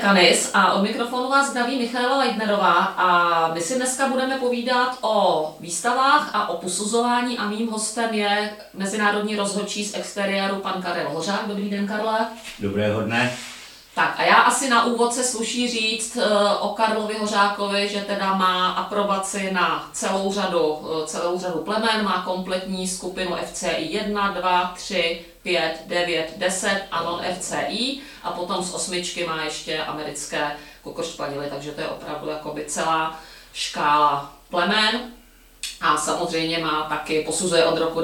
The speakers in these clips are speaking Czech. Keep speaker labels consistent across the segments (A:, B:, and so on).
A: Canis a od mikrofonu vás zdraví Michaela Leitnerová a my si dneska budeme povídat o výstavách a o posuzování a mým hostem je mezinárodní rozhodčí z exteriéru pan Karel Hořák. Dobrý den, Karle.
B: Dobrého dne.
A: Tak a já asi na úvod se sluší říct o Karlovi Hořákovi, že teda má aprobaci na celou řadu plemen, má kompletní skupinu FCI 1, 2, 3, 5, 9, 10 a non-FCI a potom z 8 má ještě americké kokořpanily, takže to je opravdu jakoby celá škála plemen. A samozřejmě má taky, posuzuje od roku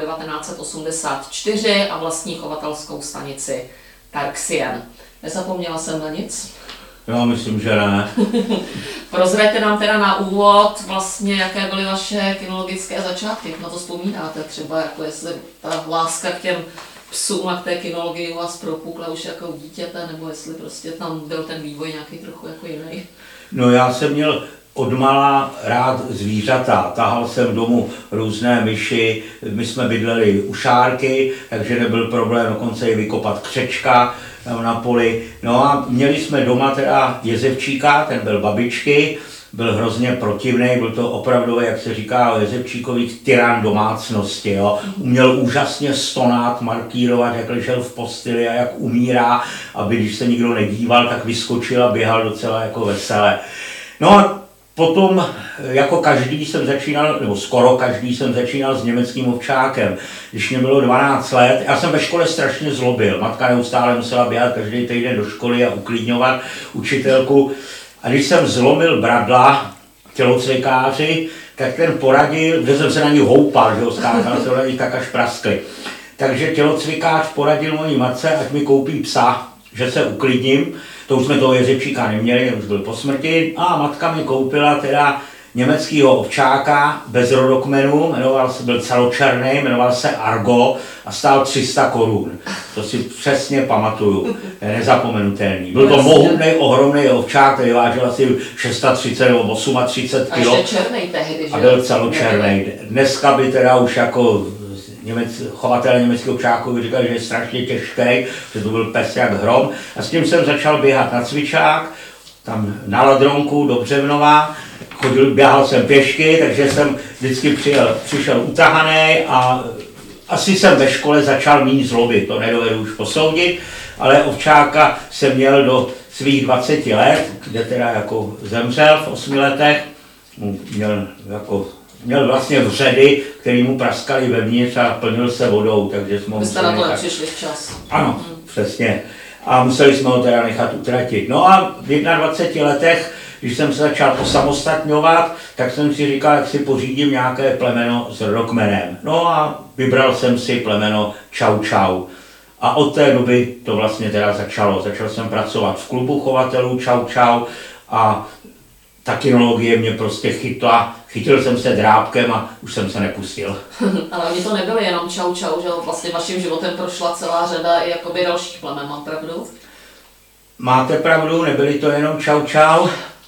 A: 1984 a vlastní chovatelskou stanici Tarxien. Nezapomněla jsem na nic?
B: Já myslím, že ne.
A: Prozraďte nám teda na úvod vlastně, jaké byly vaše kinologické začátky, jak na to vzpomínáte, třeba jako jestli ta láska k těm psům a k té kinologii u vás propukla už jako u dítěte, nebo jestli prostě tam byl ten vývoj nějaký trochu jako jiný.
B: No já jsem měl odmala rád zvířata, tahal jsem domů různé myši, my jsme bydleli u Šárky, takže nebyl problém dokonce i vykopat křečka na poli. No a měli jsme doma teda jezevčíka, ten byl babičky, byl hrozně protivný, byl to opravdu, jak se říká o jezevčíkových, tyran domácnosti. Jo. Uměl úžasně stonat, markírovat, jak ležel v posteli a jak umírá, aby když se nikdo nedíval, tak vyskočil a běhal docela jako vesele. No a potom, jako každý jsem začínal, nebo skoro každý jsem začínal s německým ovčákem. Když mě bylo 12 let, já jsem ve škole strašně zlobil. Matka neustále musela běhat každý týden do školy a uklidňovat učitelku. A když jsem zlomil bradla tělocvikáři, tak ten poradil, že jsem se na ní houpal, že ho skákal se na ní tak až praskly. Takže tělocvikář poradil mojí matce, ať mi koupí psa, že se uklidním. To už jsme toho jezevčíka neměli, už byl po smrti. A matka mi koupila teda německého ovčáka bez rodokmenu, byl celočerný, jmenoval se Argo a stál 300 korun. To si přesně pamatuju, je nezapomenutelný. Byl to mohutný, ohromný ovčák, který vážil asi 630 nebo 38 kg.
A: A ještě černý tehdy, že?
B: A byl celočerný. Dneska by teda už jako chovatel německého ovčáku by říkal, že je strašně těžký, že to byl pes jak hrom. A s tím jsem začal běhat na cvičák, tam na Ladronku do Břevnova. Běhal jsem pěšky, takže jsem vždycky přišel utahaný a asi jsem ve škole začal méně zlobit, to nedovedu už posoudit, ale ovčáka jsem měl do svých 20 let, kde teda jako zemřel v 8 letech, měl vlastně vředy, který mu praskali vevnitř a plnil se vodou, takže jsme
A: Vy jste na to nepřišli včas.
B: Ano, přesně. A museli jsme ho teda nechat utratit. No a v 21 letech, když jsem se začal osamostatňovat, tak jsem si říkal, jak si pořídím nějaké plemeno s rodokmenem. No a vybral jsem si plemeno Čau Čau. A od té doby to vlastně teda začalo. Začal jsem pracovat v klubu chovatelů Čau Čau a ta kinologie mě prostě chytla. Chytil jsem se drápkem a už jsem se nepustil.
A: Ale oni to nebyly jenom Čau Čau, že vlastně vaším životem prošla celá řada i jakoby dalších plemen, mám pravdu?
B: Máte pravdu, nebyly to jenom Čau Čau.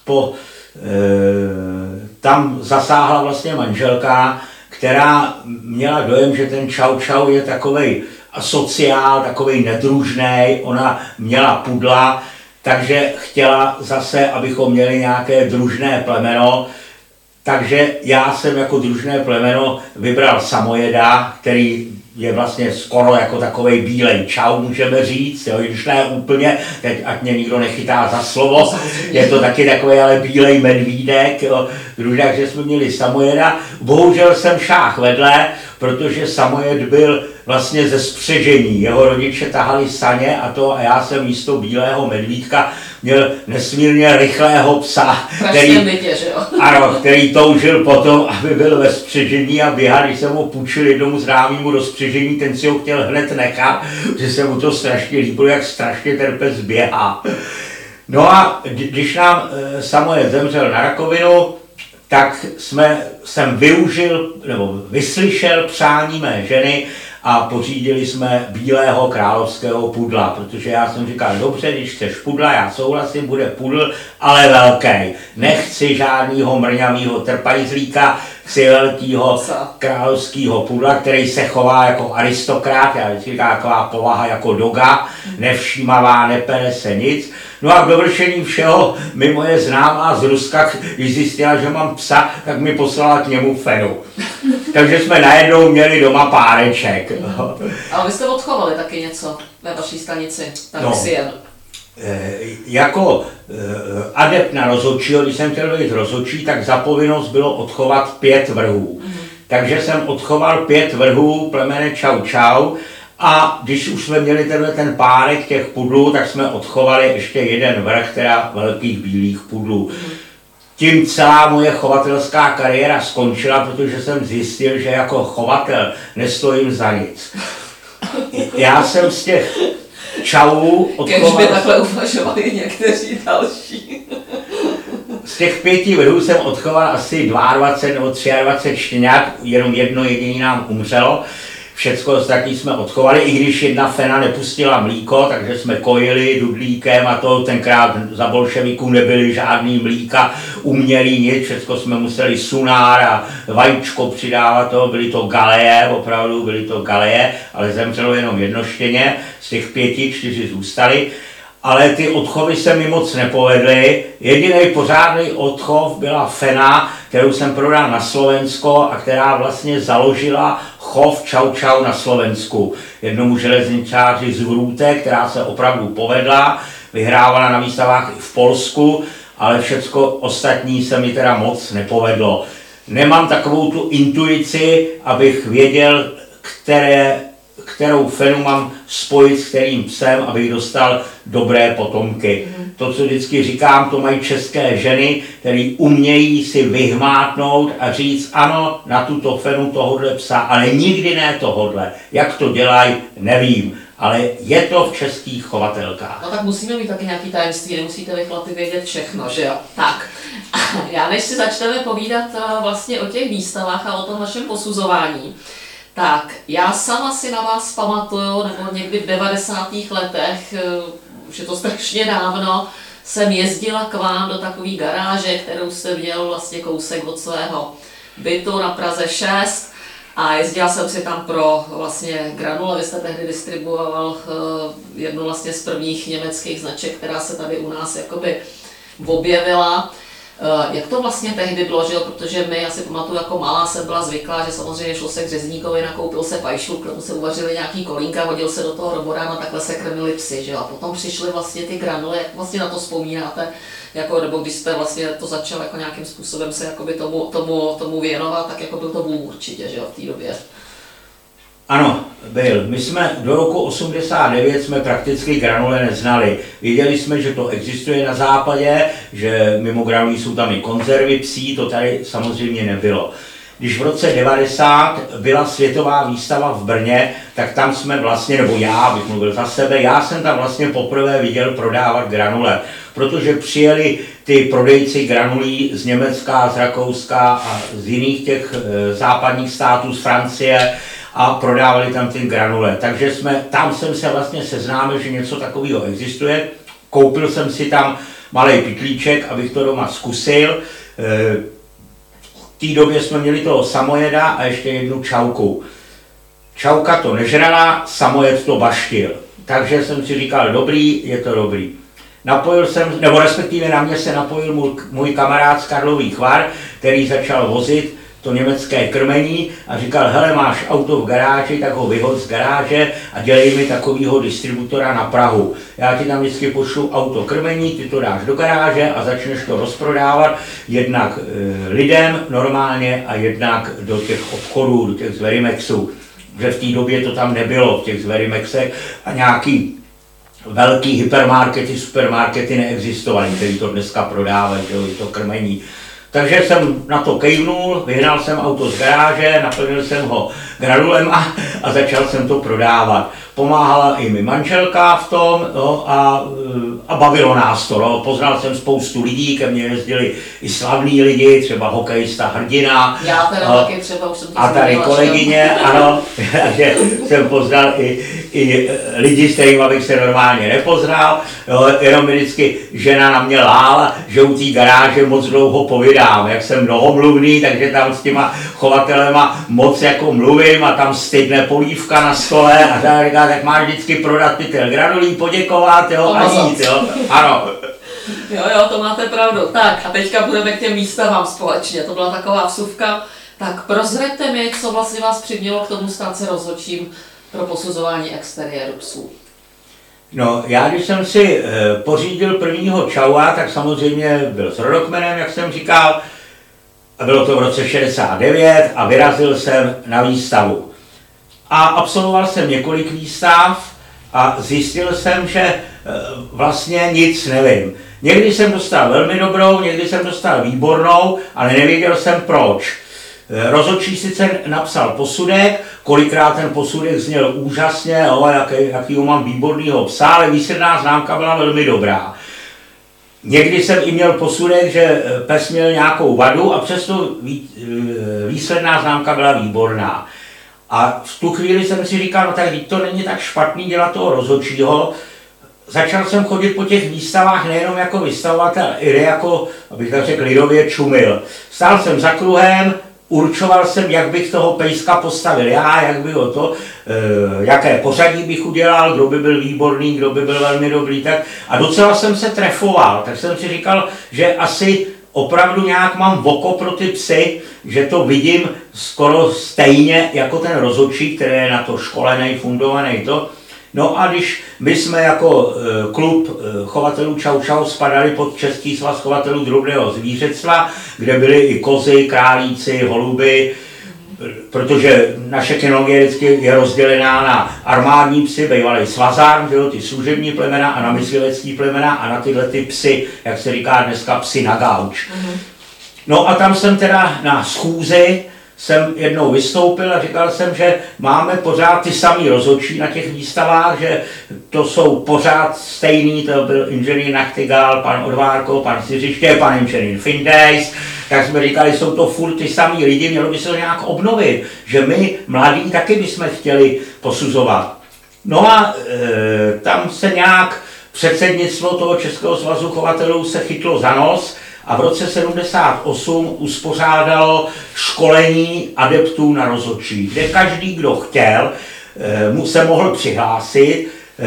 B: Tam zasáhla vlastně manželka, která měla dojem, že ten Čau Čau je takovej asociál, takovej nedružnej, ona měla pudla, takže chtěla zase, abychom měli nějaké družné plemeno, takže já jsem jako družné plemeno vybral samojeda, který je vlastně skoro jako takovej bílej čau, můžeme říct, jo, když ne úplně, teď ať mě nikdo nechytá za slovo, je to taky takový ale bílej medvídek, jo, takže jsme měli samojeda, bohužel jsem šáhl vedle, protože samojed byl vlastně ze spřežení, jeho rodiče tahali saně a já jsem místo bílého medvídka měl nesmírně rychlého psa, který toužil potom, aby byl ve spřežení a běhal, když jsem ho půjčil jednomu známému do spřežení, ten si ho chtěl hned nechat, že se mu to strašně líbilo, jak strašně ten pes běhá. No a když nám samojed zemřel na rakovinu, tak jsem vyslyšel přání mé ženy a pořídili jsme bílého královského pudla, protože já jsem říkal, dobře, když chceš pudla, já souhlasím, bude pudl, ale velký. Nechci žádnýho mrňavýho trpajzlíka, chci velkýho královského pudla, který se chová jako aristokrat, já vždycky říkám, taková povaha jako doga, nevšímavá, nepere se nic. No a k dovršení všeho mi moje známá z Ruska, když zjistila, že mám psa, tak mi poslala k němu fenu. Takže jsme najednou měli doma páreček.
A: Ale vy jste odchovali taky něco ve vaší stanici, tak
B: no.
A: si jen.
B: Jako adept na rozhodčího, když jsem chtěl být rozhodčí, tak za povinnost bylo odchovat 5 vrhů. Takže jsem odchoval 5 vrhů plemene Čau Čau a když už jsme měli ten párek těch pudlů, tak jsme odchovali ještě jeden vrch, teda velkých bílých pudlů. Tím celá moje chovatelská kariéra skončila, protože jsem zjistil, že jako chovatel nestojím za nic. Já jsem z těch čaů odchoval...
A: Kež by takhle uvažovali někteří další.
B: Z těch 5 vrhů jsem odchoval asi 22 nebo 23 štěňat, jenom jedno jediný nám umřelo. Všecko ostatní jsme odchovali, i když jedna fena nepustila mlíko, takže jsme kojili dudlíkem a to tenkrát za bolševiků nebyly žádný mlíka, umělý nic, všecko jsme museli sunár a vajíčko přidávat, byly to galeje, opravdu byly to galeje, ale zemřelo jenom jedno štěně, z těch 5, 4 zůstaly. Ale ty odchovy se mi moc nepovedly. Jediný pořádný odchov byla fena, kterou jsem prodal na Slovensko a která vlastně založila chov Čau Čau na Slovensku. Jednomu železničáři z Vrůtek, která se opravdu povedla, vyhrávala na výstavách i v Polsku, ale všecko ostatní se mi teda moc nepovedlo. Nemám takovou tu intuici, abych věděl, kterou fenu mám spojit s kterým psem, abych dostal dobré potomky. To, co vždycky říkám, to mají české ženy, které umějí si vyhmátnout a říct ano, na tuto fenu tohodle psa, ale nikdy ne tohodle. Jak to dělají, nevím, ale je to v českých chovatelkách.
A: No tak musíme mít taky nějaký tajemství, nemusíte vy chlapi vědět všechno, že jo? Tak, já než si začneme povídat vlastně o těch výstavách a o tom vašem posuzování, tak, já sama si na vás pamatuju, nebo někdy v 90. letech, už je to strašně dávno, jsem jezdila k vám do takové garáže, kterou jste měl vlastně kousek od svého bytu na Praze 6 a jezdila jsem si tam pro vlastně granule, vy jste tehdy distribuoval jednu vlastně z prvních německých značek, která se tady u nás jakoby objevila. Jak to vlastně tehdy bylo, že? Protože my, já si pamatuju, jako malá jsem byla zvyklá, že samozřejmě šlo se k řezníkovi, nakoupil se pajšlu, k tomu se uvařili nějaký kolínka, hodil se do toho roborána, takhle se krmili psy, že? A potom přišly vlastně ty granule, jak vlastně na to vzpomínáte, jako, nebo když jste vlastně to začal jako nějakým způsobem se jakoby tomu věnovat, tak jako byl to boom určitě, že? V té době.
B: Ano, byl. My jsme do roku 89 jsme prakticky granule neznali. Věděli jsme, že to existuje na západě, že mimo granulí jsou tam i konzervy psí, to tady samozřejmě nebylo. Když v roce 90 byla světová výstava v Brně, tak tam jsme vlastně, nebo já bych mluvil za sebe, já jsem tam vlastně poprvé viděl prodávat granule, protože přijeli ty prodejci granulí z Německa, z Rakouska a z jiných těch západních států, z Francie, a prodávali tam ty granule. Takže tam jsem se vlastně seznámil, že něco takového existuje. Koupil jsem si tam malý pytlíček, abych to doma zkusil. V té době jsme měli toho samojeda a ještě jednu čauku. Čauka to nežrala, samojed to baštil. Takže jsem si říkal, dobrý, je to dobrý. Napojil jsem, nebo respektive na mě se napojil můj kamarád z Karlových Var, který začal vozit to německé krmení a říkal, hele, máš auto v garáži, tak ho vyhoď z garáže a dělej mi takovýho distributora na Prahu. Já ti tam vždycky pošlu auto krmení, ty to dáš do garáže a začneš to rozprodávat jednak lidem normálně a jednak do těch obchodů, do těch Zwerimexů. Že v té době to tam nebylo, v těch Zwerimexech a nějaký velký hypermarkety, supermarkety neexistovaly, který to dneska prodávají, to krmení. Takže jsem na to kejvnul, vyhnal jsem auto z garáže, naplnil jsem ho granulema a začal jsem to prodávat. Pomáhala i mi manželka v tom a bavilo nás to. No. Poznal jsem spoustu lidí, ke mně jezdili i slavní lidi, třeba hokejista Hrdina.
A: Já teda taky třeba už jsem to
B: a tady kolegyně, ano, takže jsem poznal i lidi, s kterými bych se normálně nepoznal, jo, jenom mi vždycky žena na mě lála, že u té garáže moc dlouho povídám, jak jsem mnohomluvný, takže tam s těma chovatelema moc jako mluvím a tam stydne polívka na stole a tak říká, říká, tak máš vždycky prodat pytel granulí, poděkovat, jo, a jít, jo. Ano.
A: Jo, to máte pravdu. Tak a teďka budeme k těm výstavám společně. To byla taková vsuvka. Tak prozraďte mi, co vlastně vás přimělo k tomu stát se rozhodčím pro posuzování exteriéru psů.
B: No, já když jsem si pořídil prvního čaua, tak samozřejmě byl s rodokmenem, jak jsem říkal, a bylo to v roce 69 a vyrazil jsem na výstavu. A absolvoval jsem několik výstav a zjistil jsem, že vlastně nic nevím. Někdy jsem dostal velmi dobrou, někdy jsem dostal výbornou, ale nevěděl jsem proč. Rozhodčí sice napsal posudek, kolikrát ten posudek zněl úžasně, jakýho mám výbornýho psa, ale výsledná známka byla velmi dobrá. Někdy jsem i měl posudek, že pes měl nějakou vadu a přesto výsledná známka byla výborná. A v tu chvíli jsem si říkal, no tak to není tak špatný dělat toho rozhodčího. Začal jsem chodit po těch výstavách nejenom jako vystavovatel, ale jako, abych tak řekl, lidově čumil. Stál jsem za kruhem, určoval jsem, jak bych toho pejska postavil já, jak by to, jaké pořadí bych udělal, kdo by byl výborný, kdo by byl velmi dobrý, tak a docela jsem se trefoval, tak jsem si říkal, že asi opravdu nějak mám oko pro ty psy, že to vidím skoro stejně jako ten rozhodčí, který je na to školený, fundovaný to. No a když my jsme jako klub chovatelů Čau Čau spadali pod Český svaz chovatelů drobného zvířectva, kde byly i kozy, králíci, holuby, protože naše kynologie vždycky je rozdělená na armádní psy, bývalý svazár, ty služební plemena a na myslivecký plemena a na tyhle ty psy, jak se říká dneska, psy na gauč. No a tam jsem teda na schůzi jsem jednou vystoupil a říkal jsem, že máme pořád ty samý rozhodčí na těch výstavách, že to jsou pořád stejný, to byl inženýr Nachtigal, pan Odvárko, pan Siřiště, pan inženýr Findejs, tak jsme říkali, jsou to furt ty samý lidi, mělo by se to nějak obnovit, že my mladí taky bychom chtěli posuzovat. No a tam se nějak předsednictvo toho Českého svazu chovatelů se chytlo za nos, a v roce 78 uspořádalo školení adeptů na rozhodčí, kde každý, kdo chtěl, se mohl přihlásit.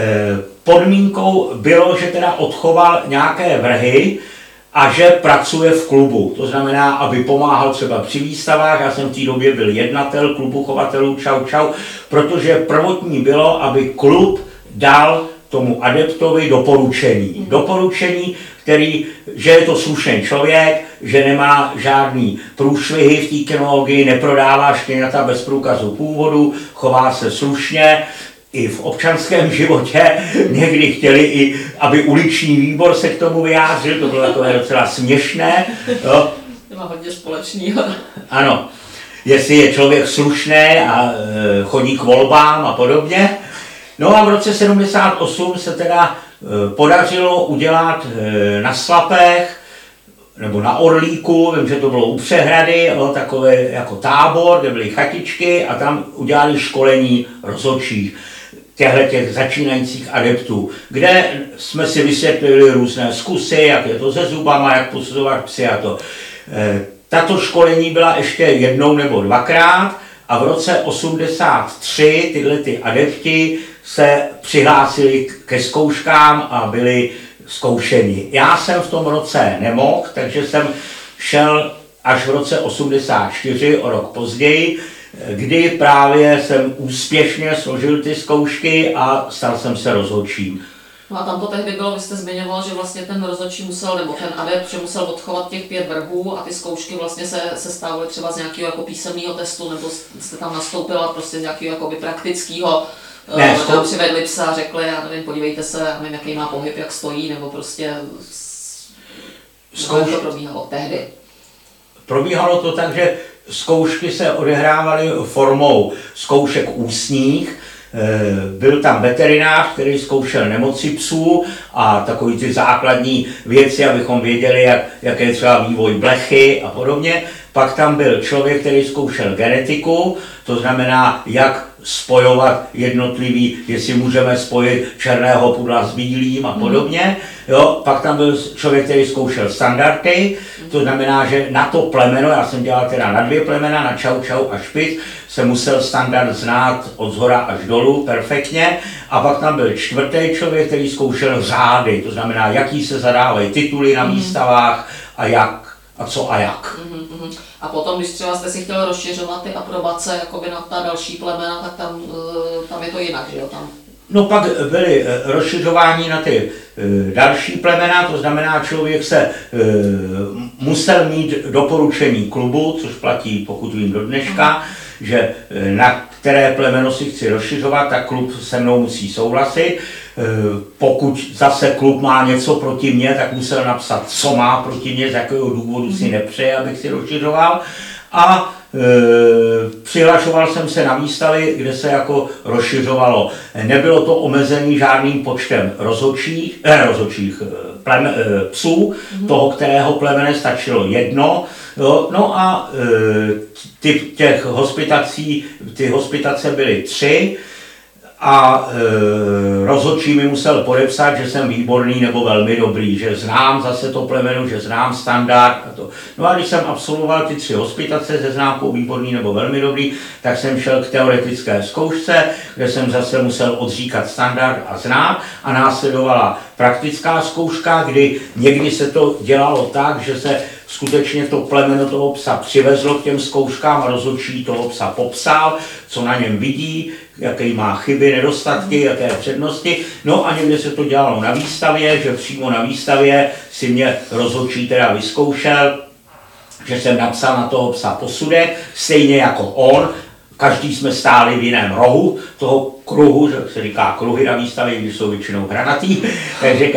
B: Podmínkou bylo, že teda odchoval nějaké vrhy a že pracuje v klubu. To znamená, aby pomáhal třeba při výstavách. Já jsem v té době byl jednatel klubu chovatelů Čau Čau, protože prvotní bylo, aby klub dal tomu adeptovi doporučení. Doporučení, že je to slušný člověk, že nemá žádný průšvihy v té kynologii, neprodává štěňata bez průkazu původu, chová se slušně, i v občanském životě někdy chtěli i, aby uliční výbor se k tomu vyjádřil, to bylo takové docela směšné. Jo.
A: To má hodně společného.
B: Ano, jestli je člověk slušný a chodí k volbám a podobně. No a v roce 78 se teda podařilo udělat na Slapech, nebo na Orlíku, vím, že to bylo u Přehrady, takové jako tábor, kde byly chatičky a tam udělali školení rozhodčích těch začínajících adeptů, kde jsme si vysvětlili různé zkusy, jak je to se zubama, jak posuzovat psy a to. Tato školení byla ještě jednou nebo dvakrát a v roce 83 tyhle ty adepti se přihlásili ke zkouškám a byli zkoušeni. Já jsem v tom roce nemohl, takže jsem šel až v roce 84, o rok později, kdy právě jsem úspěšně složil ty zkoušky a stal jsem se rozhodčím.
A: No a tam to tehdy bylo, vy jste zmiňoval, že vlastně ten rozhodčí musel, nebo ten adept, že musel odchovat těch 5 vrhů a ty zkoušky vlastně se stávaly třeba z nějakého jako písemného testu, nebo jste tam nastoupila prostě z nějakého jako praktického. Ne, tam přivedli psa a řekli, já nevím, podívejte se, já nevím, jaký má pohyb, jak stojí, nebo prostě jak to probíhalo tehdy.
B: Probíhalo to tak, že zkoušky se odehrávaly formou zkoušek ústních. Byl tam veterinář, který zkoušel nemoci psů a takový ty základní věci, abychom věděli, jak je třeba vývoj blechy a podobně. Pak tam byl člověk, který zkoušel genetiku, to znamená, jak spojovat jednotlivý, jestli můžeme spojit černého pudla s bílým a podobně. Jo, pak tam byl člověk, který zkoušel standardy To znamená, že na to plemeno, já jsem dělal teda na 2 plemena, na čau čau a špic, se musel standard znát od zhora až dolů perfektně. A pak tam byl 4. člověk, který zkoušel řády, to znamená, jaký se zadávají tituly na výstavách a jak a co a jak.
A: A potom, když třeba jste si chtěl rozšiřovat ty aprobace jakoby na ta další plemena, tak tam je to jinak, že jo?
B: No pak byly rozšiřování na ty další plemena, to znamená, člověk se musel mít doporučení klubu, což platí, pokud vím, do dneška, že na které plemeno si chci rozšiřovat, tak klub se mnou musí souhlasit. Pokud zase klub má něco proti mně, tak musel napsat, co má proti mně, z jakého důvodu si nepřeje, abych si rozšiřoval. A přihlašoval jsem se na výstavy, kde se jako rozšiřovalo. Nebylo to omezený žádným počtem psů, toho, kterého plemene stačilo 1. No a ty hospitace byly 3. A rozhodčí mi musel podepsat, že jsem výborný nebo velmi dobrý, že znám zase to plemeno, že znám standard a to. No a když jsem absolvoval ty 3 hospitace se známkou výborný nebo velmi dobrý, tak jsem šel k teoretické zkoušce, kde jsem zase musel odříkat standard a znát a následovala praktická zkouška, kdy někdy se to dělalo tak, že se skutečně to plemeno toho psa přivezlo k těm zkouškám a rozhodčí toho psa popsal, co na něm vidí, jaké má chyby, nedostatky, jaké přednosti. No a někde se to dělalo na výstavě, že přímo na výstavě si mě rozhodčí teda vyzkoušel, že jsem napsal na toho psa posudek, stejně jako on. Každý jsme stáli v jiném rohu toho kruhu, že se říká kruhy na výstavě, když jsou většinou hranatý, takže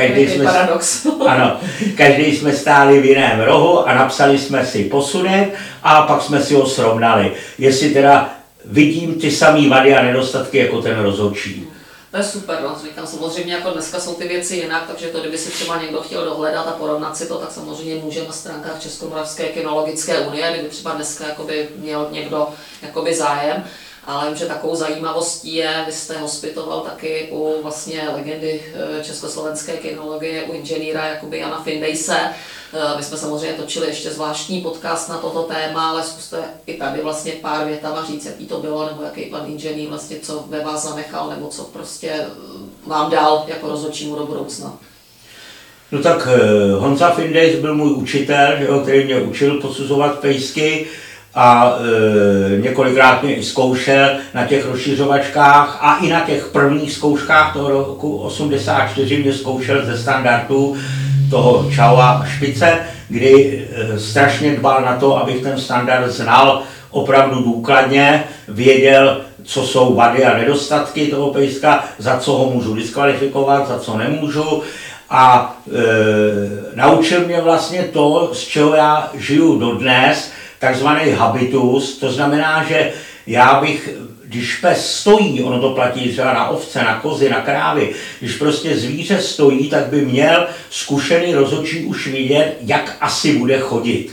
B: každý jsme stáli v jiném rohu a napsali jsme si posudek a pak jsme si ho srovnali. Jestli teda vidím ty samé vady a nedostatky jako ten rozhodčí.
A: To je super, no. Říkám, samozřejmě jako dneska jsou ty věci jinak, takže to, kdyby si třeba někdo chtěl dohledat a porovnat si to, tak samozřejmě může na stránkách Českomoravské kynologické unie, kdyby třeba dneska jakoby měl někdo jakoby zájem. Ale vím, že takovou zajímavostí je, vy jste hospitoval taky u vlastně legendy československé kynologie, u inženýra jakoby Jana Findejse. My jsme samozřejmě točili ještě zvláštní podcast na toto téma, ale zkuste i tady vlastně pár větama říct, jaký to bylo, nebo jaký pan inženýr vlastně co ve vás zanechal, nebo co prostě vám dal jako rozhodčímu do budoucna.
B: No tak Honza Findejs byl můj učitel, který mě učil posuzovat pejsky a několikrát mě i zkoušel na těch rozšiřovačkách a i na těch prvních zkouškách toho roku 84 mě zkoušel ze standardů toho čaua a špice, kdy strašně dbal na to, abych ten standard znal opravdu důkladně, věděl, co jsou vady a nedostatky toho pejska, za co ho můžu diskvalifikovat, za co nemůžu. A naučil mě vlastně to, z čeho já žiju dodnes, takzvaný habitus, to znamená, že já bych, když pes stojí, ono to platí třeba na ovce, na kozy, na krávy, když prostě zvíře stojí, tak by měl zkušený rozhodčí už vidět, jak asi bude chodit.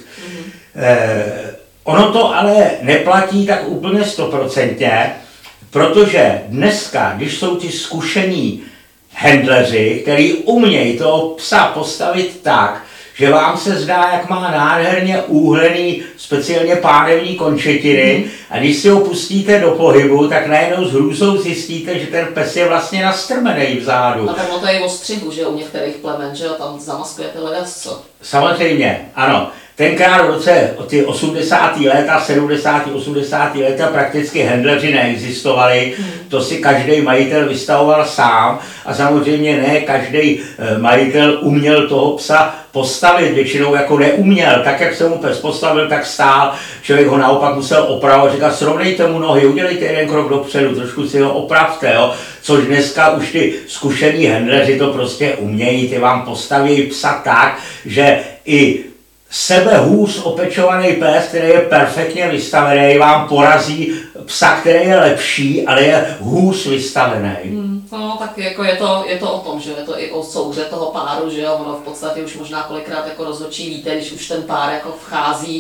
B: Ono to ale neplatí tak úplně 100%, protože dneska, když jsou ty zkušení handleři, který umějí toho psa postavit tak, že vám se zdá, jak má nádherně úhlený, speciálně pánevní končetiny a když si ho pustíte do pohybu, tak najednou s hrůzou zjistíte, že ten pes je vlastně nastrmený vzadu.
A: A tak to je o střihu, že u některých plemen, že jo, tam zamaskujete ledas, co?
B: Samozřejmě, ano. Tenkrát v roce ty 80. léta, 70. 80. léta prakticky handleři neexistovali, to si každý majitel vystavoval sám a samozřejmě ne každý majitel uměl toho psa postavit, většinou jako neuměl, tak jak se mu pes postavil, tak stál, člověk ho naopak musel opravovat, říkal srovnejte mu nohy, udělejte jeden krok dopředu, trošku si ho opravte, jo? Což dneska už ty zkušení handleři to prostě umějí, ty vám postaví psa tak, že i sebehůř opečovaný pes, který je perfektně vystavený, vám porazí psa, který je lepší, ale je hůř vystavený.
A: No, tak jako je to o tom, že je to i o souhře toho páru, že jo, ono v podstatě už možná kolikrát jako rozhodčí víte, když už ten pár jako vchází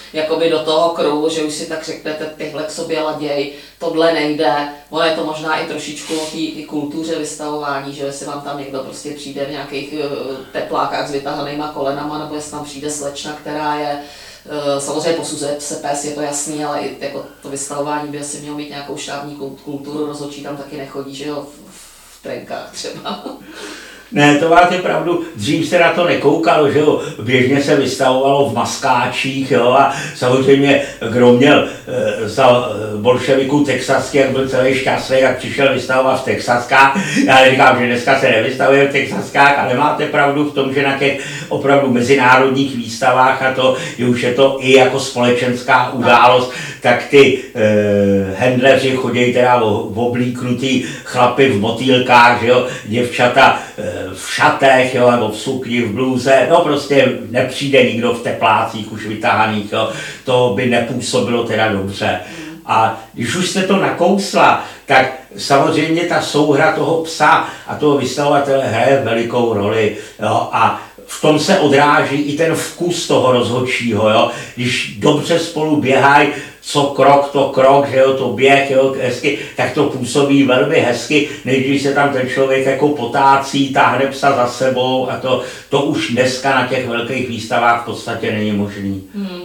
A: jakoby do toho kruhu, že už si tak řeknete, tyhle k sobě laděj, tohle nejde. Ono je to možná i trošičku o té kultuře vystavování, že jestli vám tam někdo prostě přijde v nějakých teplákách s vytahanýma kolenama, nebo jestli tam přijde slečna, která je samozřejmě posuzuje se pes, je to jasný, ale i jako to vystavování by asi mělo mít nějakou štábní kulturu, rozhodčí tam taky nechodí, že jo, v trenkách třeba.
B: Ne, to máte pravdu, dřív se na to nekoukalo, že jo, běžně se vystavovalo v maskáčích, jo, a samozřejmě kdo měl za bolševiků texaský, jak byl celý šťastný, jak přišel vystavovat v texaskách. Já neříkám, že dneska se nevystavuje v texaskách, ale máte pravdu v tom, že na těch opravdu mezinárodních výstavách, a to už je to i jako společenská událost, tak ty handleři chodí teda oblíknutý chlapy v motýlkách, že jo, děvčata v šatech, jo, nebo v sukni, v blůze, no prostě nepřijde nikdo v teplácích už vytahaných, jo, to by nepůsobilo teda dobře. A když už jste to nakousla, tak samozřejmě ta souhra toho psa a toho vystavovatele hraje velikou roli, jo, a v tom se odráží i ten vkus toho rozhodčího, jo, když dobře spolu běhají, co krok, to krok, že jo, to běh, jo, hezky, tak to působí velmi hezky, než když se tam ten člověk jako potácí, táhne psa za sebou, a to už dneska na těch velkých výstavách v podstatě není možný.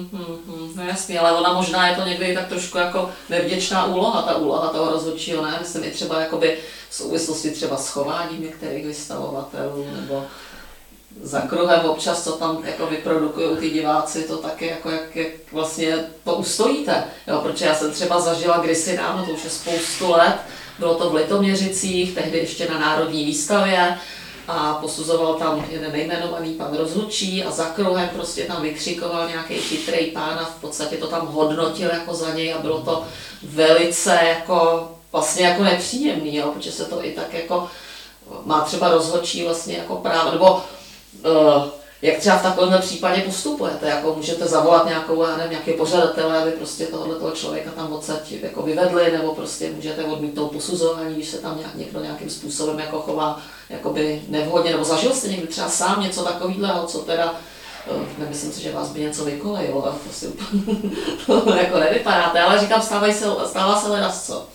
A: No jasně, ale ona možná je to někdy tak trošku jako nevděčná úloha, ta úloha toho rozhodčího, ne? Myslím i třeba jakoby v souvislosti třeba s chováním některých vystavovatelů, nebo za kruhem občas, co tam jako vyprodukují ty diváci, to taky jako jak vlastně to ustojíte, jo, protože já jsem třeba zažila kdysi dávno, to už je spoustu let, bylo to v Litoměřicích, tehdy ještě na Národní výstavě, a posuzoval tam jeden nejmenovaný pan rozhodčí a za kruhem prostě tam vykřikoval nějaký chytrý pán a v podstatě to tam hodnotil jako za něj a bylo to velice jako vlastně jako nepříjemný, jo, protože se to i tak jako má třeba rozhodčí vlastně jako právo, nebo jak třeba v takovémhle případě postupujete, jako můžete zavolat nějakého pořadatele, aby prostě tohoto člověka tam odsaď jako vyvedli, nebo prostě můžete odmítnout posuzování, když se tam někdo nějakým způsobem jako chová jakoby nevhodně, nebo zažil jste někdy třeba sám něco takového, co teda, nemyslím si, že vás by něco vykolejilo, ale prostě úplně jako nevypadáte, ale říkám, stává se ledas co.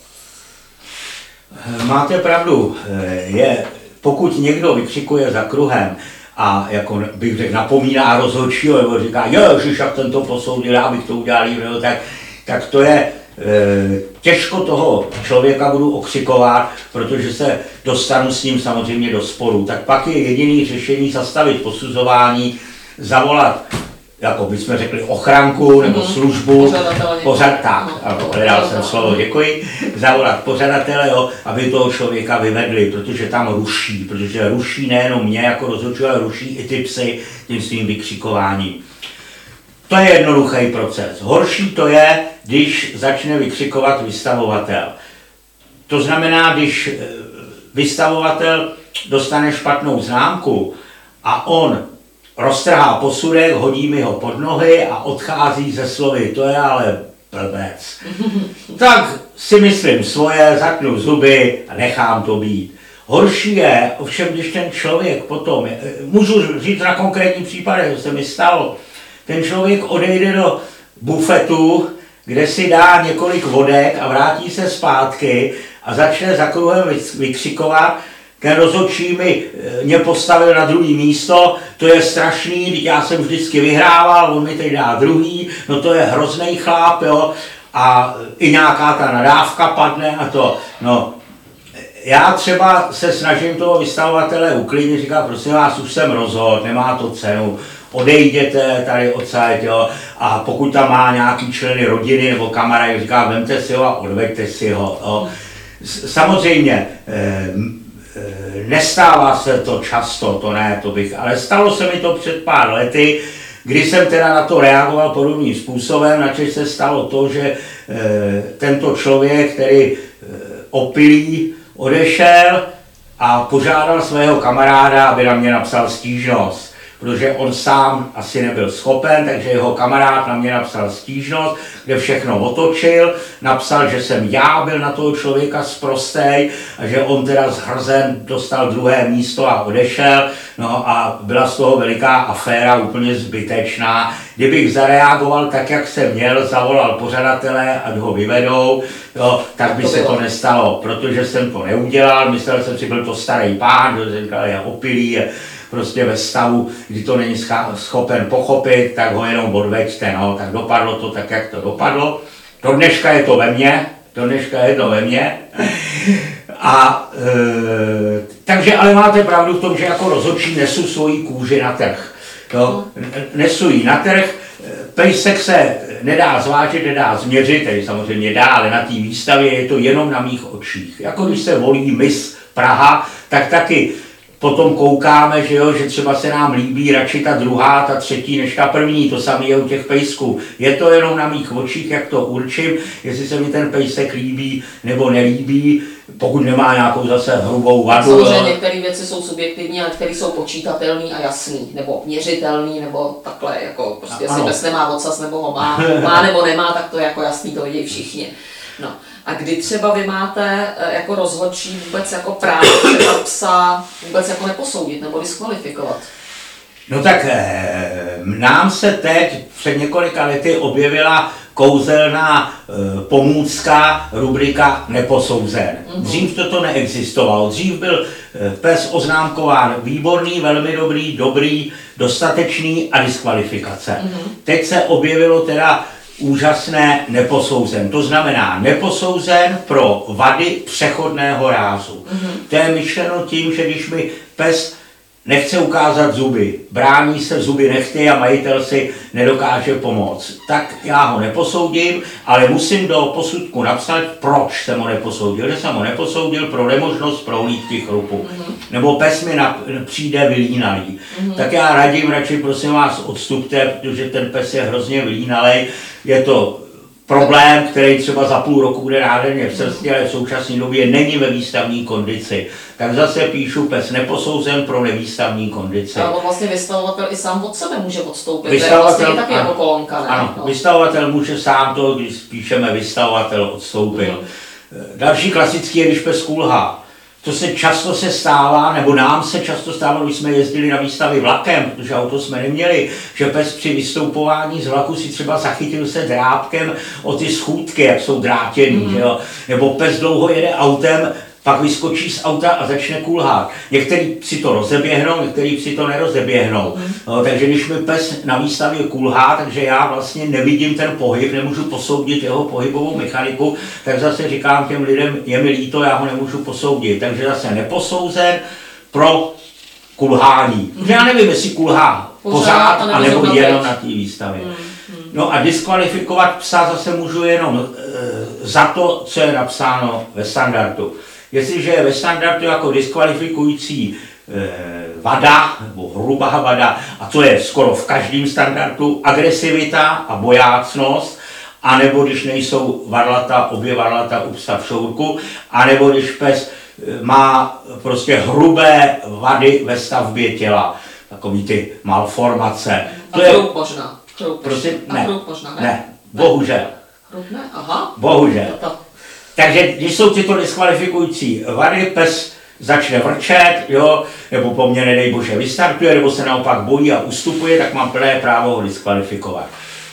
B: Máte pravdu, pokud někdo vykřikuje za kruhem, a jako bych řekl, napomíná rozhodčího, nebo říká, ježiš, jak ten to posoudil, já bych to udělal líp, tak to je, těžko toho člověka budu okřikovat, protože se dostanu s ním samozřejmě do sporu. Tak pak je jediné řešení zastavit posuzování, zavolat, jako bychom řekli, ochranku nebo službu, hledal jsem slovo, děkuji, zavolat pořadatele, jo, aby toho člověka vyvedli, protože tam ruší, protože ruší nejenom mě jako rozhodčí, ale ruší i ty psy tím svým vykřikováním. To je jednoduchý proces. Horší to je, když začne vykřikovat vystavovatel. To znamená, když vystavovatel dostane špatnou známku a on roztrhá posudek, hodí mi ho pod nohy a odchází ze slovy, to je ale blbec. Tak si myslím svoje, zatnu zuby a nechám to být. Horší je, ovšem, když ten člověk potom, můžu říct na konkrétní případě, to se mi stalo, ten člověk odejde do bufetu, kde si dá několik vodek a vrátí se zpátky a začne za kruhem vykřikovat, ten rozhodčí mě postavil na druhý místo, to je strašný, já jsem vždycky vyhrával, on mi teď dá druhý, no to je hrozný chlap, jo, a i nějaká ta nadávka padne a to, no. Já třeba se snažím toho vystavovatele uklidnit, říká, prosím vás, už jsem rozhodl, nemá to cenu, odejděte tady odsaď, jo, a pokud tam má nějaký členy rodiny nebo kamarád, říká, vemte si ho a odveďte si ho, jo. Samozřejmě, nestává se to často, to ne, to bych, ale stalo se mi to před pár lety, kdy jsem teda na to reagoval podobným způsobem, načež se stalo to, že tento člověk, který opilý, odešel a požádal svého kamaráda, aby na mě napsal stížnost. protože on sám asi nebyl schopen, takže jeho kamarád na mě napsal stížnost, kde všechno otočil, napsal, že jsem já byl na toho člověka sprostej a že on teda zhrzen dostal druhé místo a odešel, no a byla z toho veliká aféra, úplně zbytečná. Kdybych zareagoval tak, jak jsem měl, zavolal pořadatele, ať ho vyvedou, jo, tak by se to nestalo, protože jsem to neudělal, myslel jsem si, byl to starý pán, že říkal, je opilý, je prostě ve stavu, kdy to není schopen pochopit, tak ho jenom odveďte, no, tak dopadlo to tak, jak to dopadlo. Do dneška je to ve mně, A takže ale máte pravdu v tom, že jako rozhodčí nesu svoji kůži na trh. No, nesu ji na trh, pejsek se nedá zvážit, nedá změřit, tedy samozřejmě dá, ale na té výstavě je to jenom na mých očích. Jako když se volí Miss Praha, tak taky potom koukáme, že jo, že třeba se nám líbí radši ta druhá, ta třetí než ta první, to samé je u těch pejsků. Je to jenom na mých očích, jak to určím, jestli se mi ten pejsek líbí nebo nelíbí, pokud nemá nějakou zase hrubou vadu.
A: Samozřejmě některé věci jsou subjektivní, ale které jsou počítatelné a jasný, nebo měřitelný, nebo takhle, jako prostě jestli pes nemá ocas, nebo ho má nebo nemá, tak to je jako jasný, to vidí všichni. No. A kdy třeba vy máte jako rozhodčí vůbec jako právo třeba psa vůbec jako neposoudit nebo diskvalifikovat?
B: No tak nám se teď před několika lety objevila kouzelná pomůcka, rubrika neposouzen. Dřív toto neexistovalo. Dřív byl pes oznámkován výborný, velmi dobrý, dostatečný a diskvalifikace. Teď se objevilo teda úžasné neposouzen. To znamená neposouzen pro vady přechodného rázu. To je myšleno tím, že když mi pes nechce ukázat zuby, brání se zuby nechty a majitel si nedokáže pomoct, tak já ho neposoudím, ale musím do posudku napsat, proč jsem ho neposoudil. Že jsem ho neposoudil pro nemožnost prohlídky chrupu. Nebo pes mi přijde vylínalý. Tak já radím, radši prosím vás odstupte, protože ten pes je hrozně vylínalej. Je to problém, který třeba za půl roku bude nádherně v srsti, ale v současné době není ve výstavní kondici. Tak zase píšu pes neposouzen pro nevýstavní kondici.
A: Ale vlastně vystavovatel i sám od sebe může odstoupit. Vystavovatel, to je vlastně taky jako kolonka, ne?
B: Ano, no. Vystavovatel může sám to, když píšeme vystavovatel odstoupil. Další klasický je, když pes kulhá. To se často stává, nebo nám se často stávalo, když jsme jezdili na výstavy vlakem, protože auto jsme neměli, že pes při vystoupování z vlaku si třeba zachytil se drápkem o ty schůdky, jak jsou drátěný, že jo? Nebo pes dlouho jede autem, pak vyskočí z auta a začne kulhat. Některý psi to rozeběhnou, některý psi to nerozeběhnou. No, takže když mi pes na výstavě kulhá, takže já vlastně nevidím ten pohyb, nemůžu posoudit jeho pohybovou mechaniku, tak zase říkám těm lidem, je mi líto, já ho nemůžu posoudit. Takže zase neposouzen pro kulhání. Já nevím, jestli kulhá pořád, anebo jenom na té výstavě. No a diskvalifikovat psa zase můžu jenom za to, co je napsáno ve standardu. Jestliže je ve standardu jako diskvalifikující vada, nebo hrubá vada, a to je skoro v každém standardu, agresivita a bojácnost, anebo když nejsou obě varlata u psa v šourku, anebo když pes má prostě hrubé vady ve stavbě těla, takový ty malformace.
A: A chrup možná.
B: Prosím, ne,
A: možná, ne?
B: Ne, bohužel.
A: Chrup ne? Aha.
B: Bohužel. Takže když jsou tyto diskvalifikující vady, pes začne vrčet, jo, nebo po mně nedej bože vystartuje, nebo se naopak bojí a ustupuje, tak mám plné právo ho diskvalifikovat.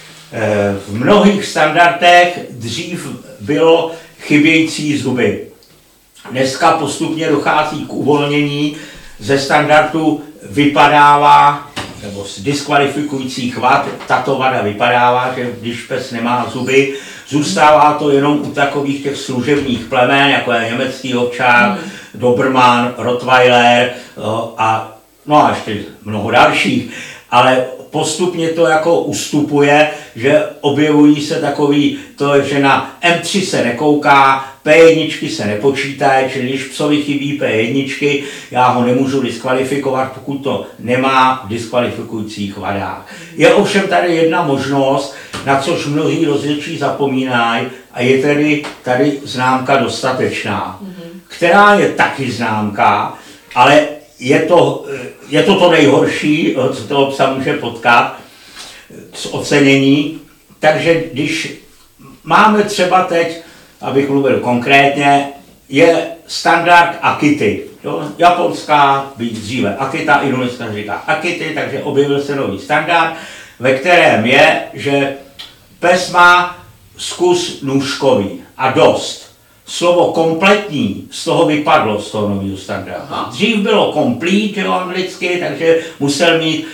B: V mnohých standardech dřív bylo chybějící zuby. Dneska postupně dochází k uvolnění, ze standardu vypadává, nebo z diskvalifikujících vad, tato vada vypadává, že když pes nemá zuby, zůstává to jenom u takových těch služebních plemen, jako je německý ovčák, Doberman, Rottweiler a ještě mnoho dalších, ale postupně to jako ustupuje, že objevují se takový to, že na M3 se nekouká, P1 se nepočítají, čili když psovi chybí P1, já ho nemůžu diskvalifikovat, pokud to nemá v diskvalifikujících vadách. Je ovšem tady jedna možnost, na což mnohí rozhodčí zapomínají, a je tedy tady známka dostatečná, která je taky známka, ale je to nejhorší, co toho psa může potkat, z ocenění. Takže když máme třeba teď, abych mluvil konkrétně, je standard Akity. Jo? Japonská, být dříve Akita, Indonéska říká Akity, takže objevil se nový standard, ve kterém je, že pes má zkus nůžkový a dost. Slovo kompletní z toho vypadlo z toho nového standardu. Dřív bylo complete, jo, anglicky, takže musel mít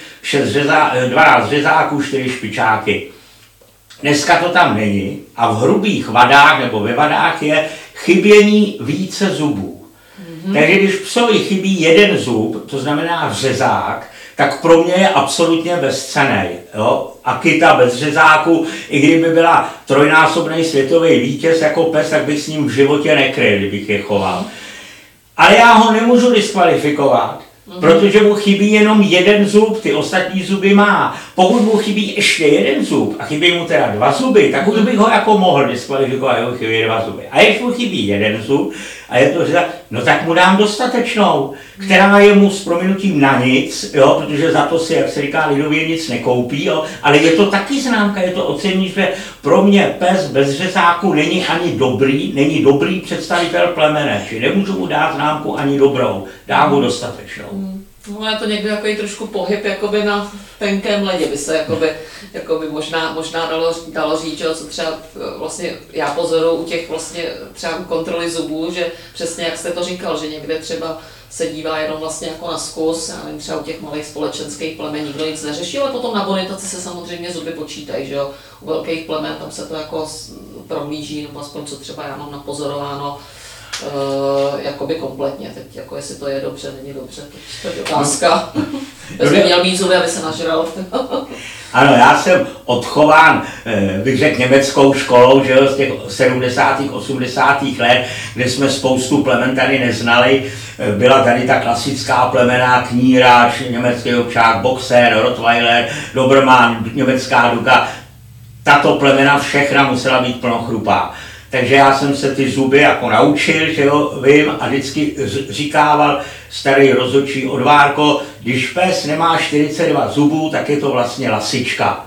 B: 12 řezáků, 4 špičáky. Dneska to tam není a v hrubých vadách nebo ve vadách je chybění více zubů. Takže když psovi chybí jeden zub, to znamená řezák, tak pro mě je absolutně bezcenný. Akita bez řezáku, i kdyby byla trojnásobný světový vítěz jako pes, tak bych s ním v životě nekryl, kdybych je choval. Ale já ho nemůžu diskvalifikovat, protože mu chybí jenom jeden zub, ty ostatní zuby má. Pokud mu chybí ještě jeden zub a chybí mu teda 2 zuby, tak už bych ho jako mohl diskvalifikovat, jeho chybí 2 zuby. A když mu chybí jeden zub a je to řezák, no tak mu dám dostatečnou, která je mu s prominutím na nic, jo, protože za to si, jak se říká lidově, nic nekoupí, jo, ale je to taky známka, je to ocenění, že pro mě pes bez řezáku není dobrý představitel plemene, či nemůžu mu dát známku ani dobrou, dám mu dostatečnou.
A: No je to někdy takový trošku pohyb jakoby na tenkém ledě, by se jakoby možná dalo říct, že, co třeba vlastně já pozoruju u těch vlastně třeba kontroly zubů, že přesně jak jste to říkal, že někde třeba se dívá jenom vlastně jako na zkus, já nevím, třeba u těch malých společenských plemen nikdo nic neřeší, ale potom na bonitaci se samozřejmě zuby počítají, že jo, u velkých plemen tam se to jako prohlíží, nebo aspoň co třeba já mám napozorováno, jakoby kompletně. Teď jako jestli to je dobře, není dobře, to je otázka. Bez by měl mít zuby, aby se nažral.
B: Ano, já jsem odchován, bych řekl, německou školou, že jo, z těch 70. 80. let, kde jsme spoustu plemen tady neznali. Byla tady ta klasická plemená knírač, německý ovčák, boxer, rottweiler, dobermann, německá duka. Tato plemena všechna musela být plnochrupá. Takže já jsem se ty zuby jako naučil, že jo, vím, a vždycky říkával starý rozhodčí Odvárko, když pes nemá 42 zubů, tak je to vlastně lasička.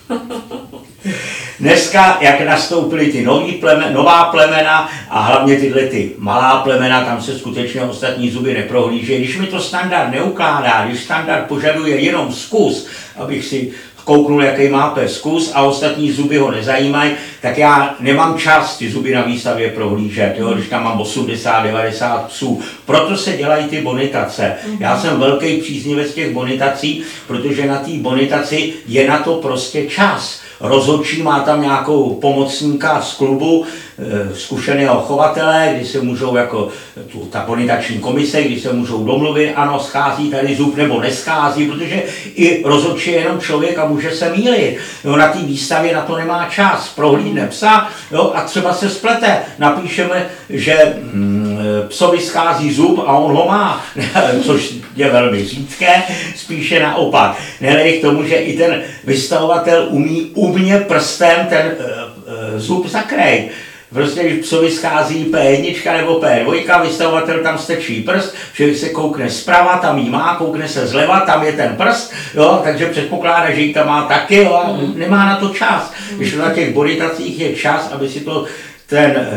B: Dneska, jak nastoupily ty nová plemena a hlavně tyhle ty malá plemena, tam se skutečně ostatní zuby neprohlíží. Když mi to standard neukládá, když standard požaduje jenom zkus, abych si kouknul, jaký má pes zkus a ostatní zuby ho nezajímají, tak já nemám čas ty zuby na výstavě prohlížet, jo, když tam mám 80-90 psů. Proto se dělají ty bonitace. Já jsem velký příznivec těch bonitací, protože na té bonitaci je na to prostě čas. Rozhodčí má tam nějakou pomocníka z klubu, zkušeného chovatele, kdy se můžou jako ta bonitační komise, kdy se můžou domluvit, ano, schází tady zub nebo neschází, protože i rozhodčí je jenom člověk a může se mýlit. Jo, na té výstavě na to nemá čas, prohlídne psa, jo, a třeba se splete. Napíšeme, že psovi schází zub a on ho má, což je velmi řídké, spíše naopak. Nehledě k tomu, že i ten vystavovatel umí umě prstem ten zub zakrej. Prostě když psovi schází P1 nebo P2, vystavovatel tam stečí prst, člověk se koukne zprava, tam jí má, koukne se zleva, tam je ten prst, jo, takže předpokládá, že ji tam má taky, jo, a nemá na to čas. Když na těch bonitacích je čas, aby si to ten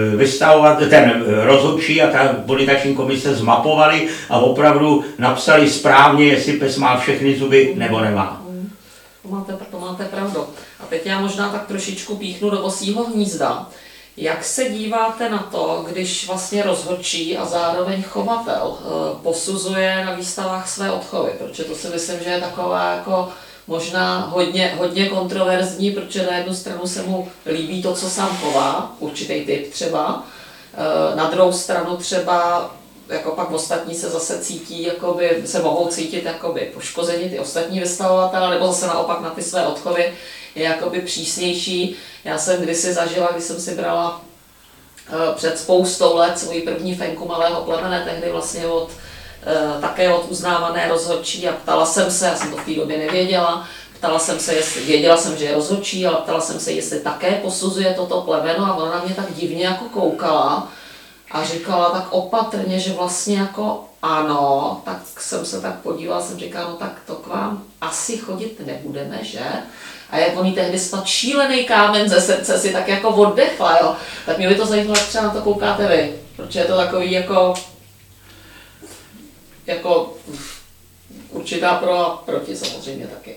B: rozhodčí a ta bonitační komise zmapovali a opravdu napsali správně, jestli pes má všechny zuby nebo nemá.
A: To máte pravdu. A teď já možná tak trošičku píchnu do osího hnízda. Jak se díváte na to, když vlastně rozhodčí a zároveň chovatel posuzuje na výstavách své odchovy? Protože to si myslím, že je taková jako možná hodně kontroverzní, protože na jednu stranu se mu líbí to, co sám chová, určitý typ třeba, na druhou stranu třeba jako pak ostatní se zase cítí, jakoby, se mohou cítit jakoby poškození ty ostatní vystavovatele, nebo zase naopak na ty své odchovy je jakoby přísnější. Já jsem kdysi zažila, když jsem si brala před spoustou let svoji první fenku malého plemene, tehdy vlastně také od uznávané rozhodčí a ptala jsem se, já jsem to v té době nevěděla, ptala jsem se, věděla jsem, že je rozhodčí, ale ptala jsem se, jestli také posuzuje toto plemeno a ona na mě tak divně jako koukala a říkala tak opatrně, že vlastně jako ano, tak jsem se tak podívala, jsem říkala, no tak to k vám asi chodit nebudeme, že? A jak on jí tehdy snad šílený kámen ze srdce si tak jako oddechla, jo? Tak mě by to zajímalo, jak třeba na to koukáte vy, protože je to takový jako určitá pro a proti samozřejmě taky.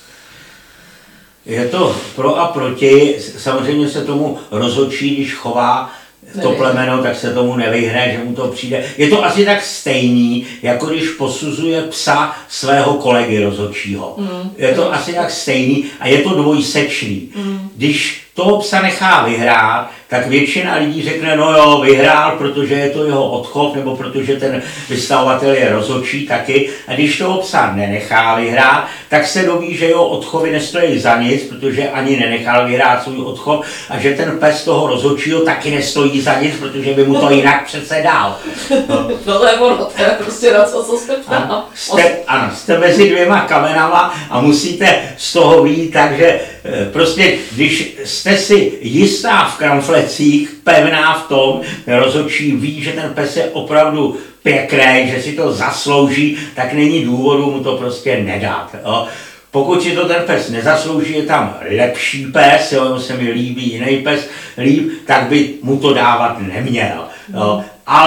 B: Je to pro a proti, samozřejmě se tomu rozhodčí, když chová to plemeno, tak se tomu nevyhne, že mu to přijde. Je to asi tak stejný, jako když posuzuje psa svého kolegy rozhodčího. Je to asi tak stejný a je to dvojsečný. Když toho psa nechá vyhrát, tak většina lidí řekne, no jo, vyhrál, protože je to jeho odchov, nebo protože ten vystavovatel je rozhodčí taky. A když toho psa nenechá vyhrát, tak se doví, že jeho odchovy nestojí za nic, protože ani nenechal vyhrát svůj odchov a že ten pes toho rozhodčího taky nestojí za nic, protože by mu to jinak přece dal.
A: No to je ono, to je prostě na co jste ptal.
B: Ano, jste mezi dvěma kamenama a musíte z toho vyjít, takže prostě když jste si jistá v kramflecích, pevná v tom, rozhodčí ví, že ten pes je opravdu pěkný, že si to zaslouží, tak není důvodu mu to prostě nedat. Jo. Pokud si to ten pes nezaslouží, je tam lepší pes, jo, se mi líbí jiný pes líp, tak by mu to dávat neměl. Jo.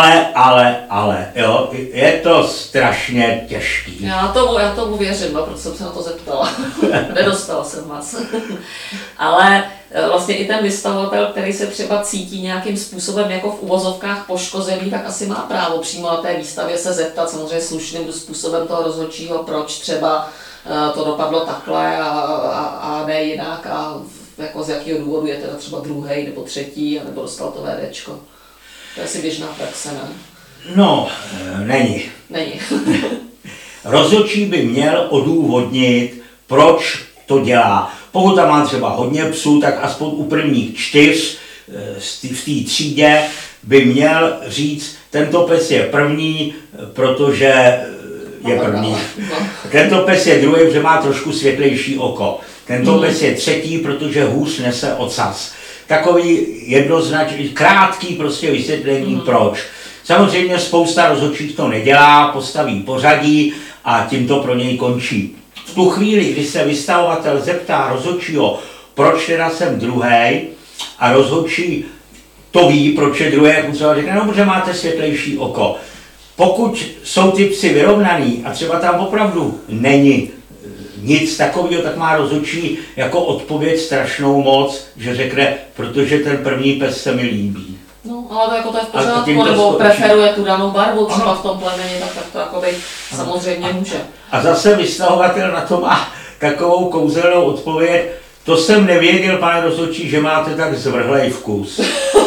B: Ale, jo, je to strašně těžký.
A: Já tomu věřím, no, protože jsem se na to zeptala. Nedostala jsem vás. Ale vlastně i ten vystavovatel, který se třeba cítí nějakým způsobem jako v uvozovkách poškozený, tak asi má právo přímo na té výstavě se zeptat samozřejmě slušným způsobem toho rozhodčího, proč třeba to dopadlo takhle a ne jinak a jako z jakého důvodu je teda třeba druhý nebo třetí, nebo dostal to VDčko. To je asi běžná praxe, ne?
B: No, není.
A: Není.
B: Rozhodčí by měl odůvodnit, proč to dělá. Pokud tam má třeba hodně psů, tak aspoň u prvních 4 v té třídě by měl říct, tento pes je první, protože je první. Tento pes je druhý, protože má trošku světlejší oko. Tento pes je třetí, protože hůř nese ocas. Takový jednoznačný, krátký prostě vysvětlení proč. Samozřejmě spousta rozhodčích to nedělá, postaví pořadí a tím to pro něj končí. V tu chvíli, kdy se vystavovatel zeptá rozhodčího, proč teda jsem druhý, a rozhodčí to ví, proč je druhý, jak mu třeba řekne, no, protože máte světlejší oko. Pokud jsou ty psy vyrovnaný a třeba tam opravdu není nic takového, tak má rozhodčí jako odpověď strašnou moc, že řekne, protože ten první pes se mi líbí.
A: No, ale to, jako to je v pořádku, nebo preferuje tu danou barvu třeba v tom plemeni, tak to jakoby samozřejmě může.
B: A zase vystavovatel na to má takovou kouzelnou odpověď, to jsem nevěděl, pane rozhodčí, že máte tak zvrhlej vkus.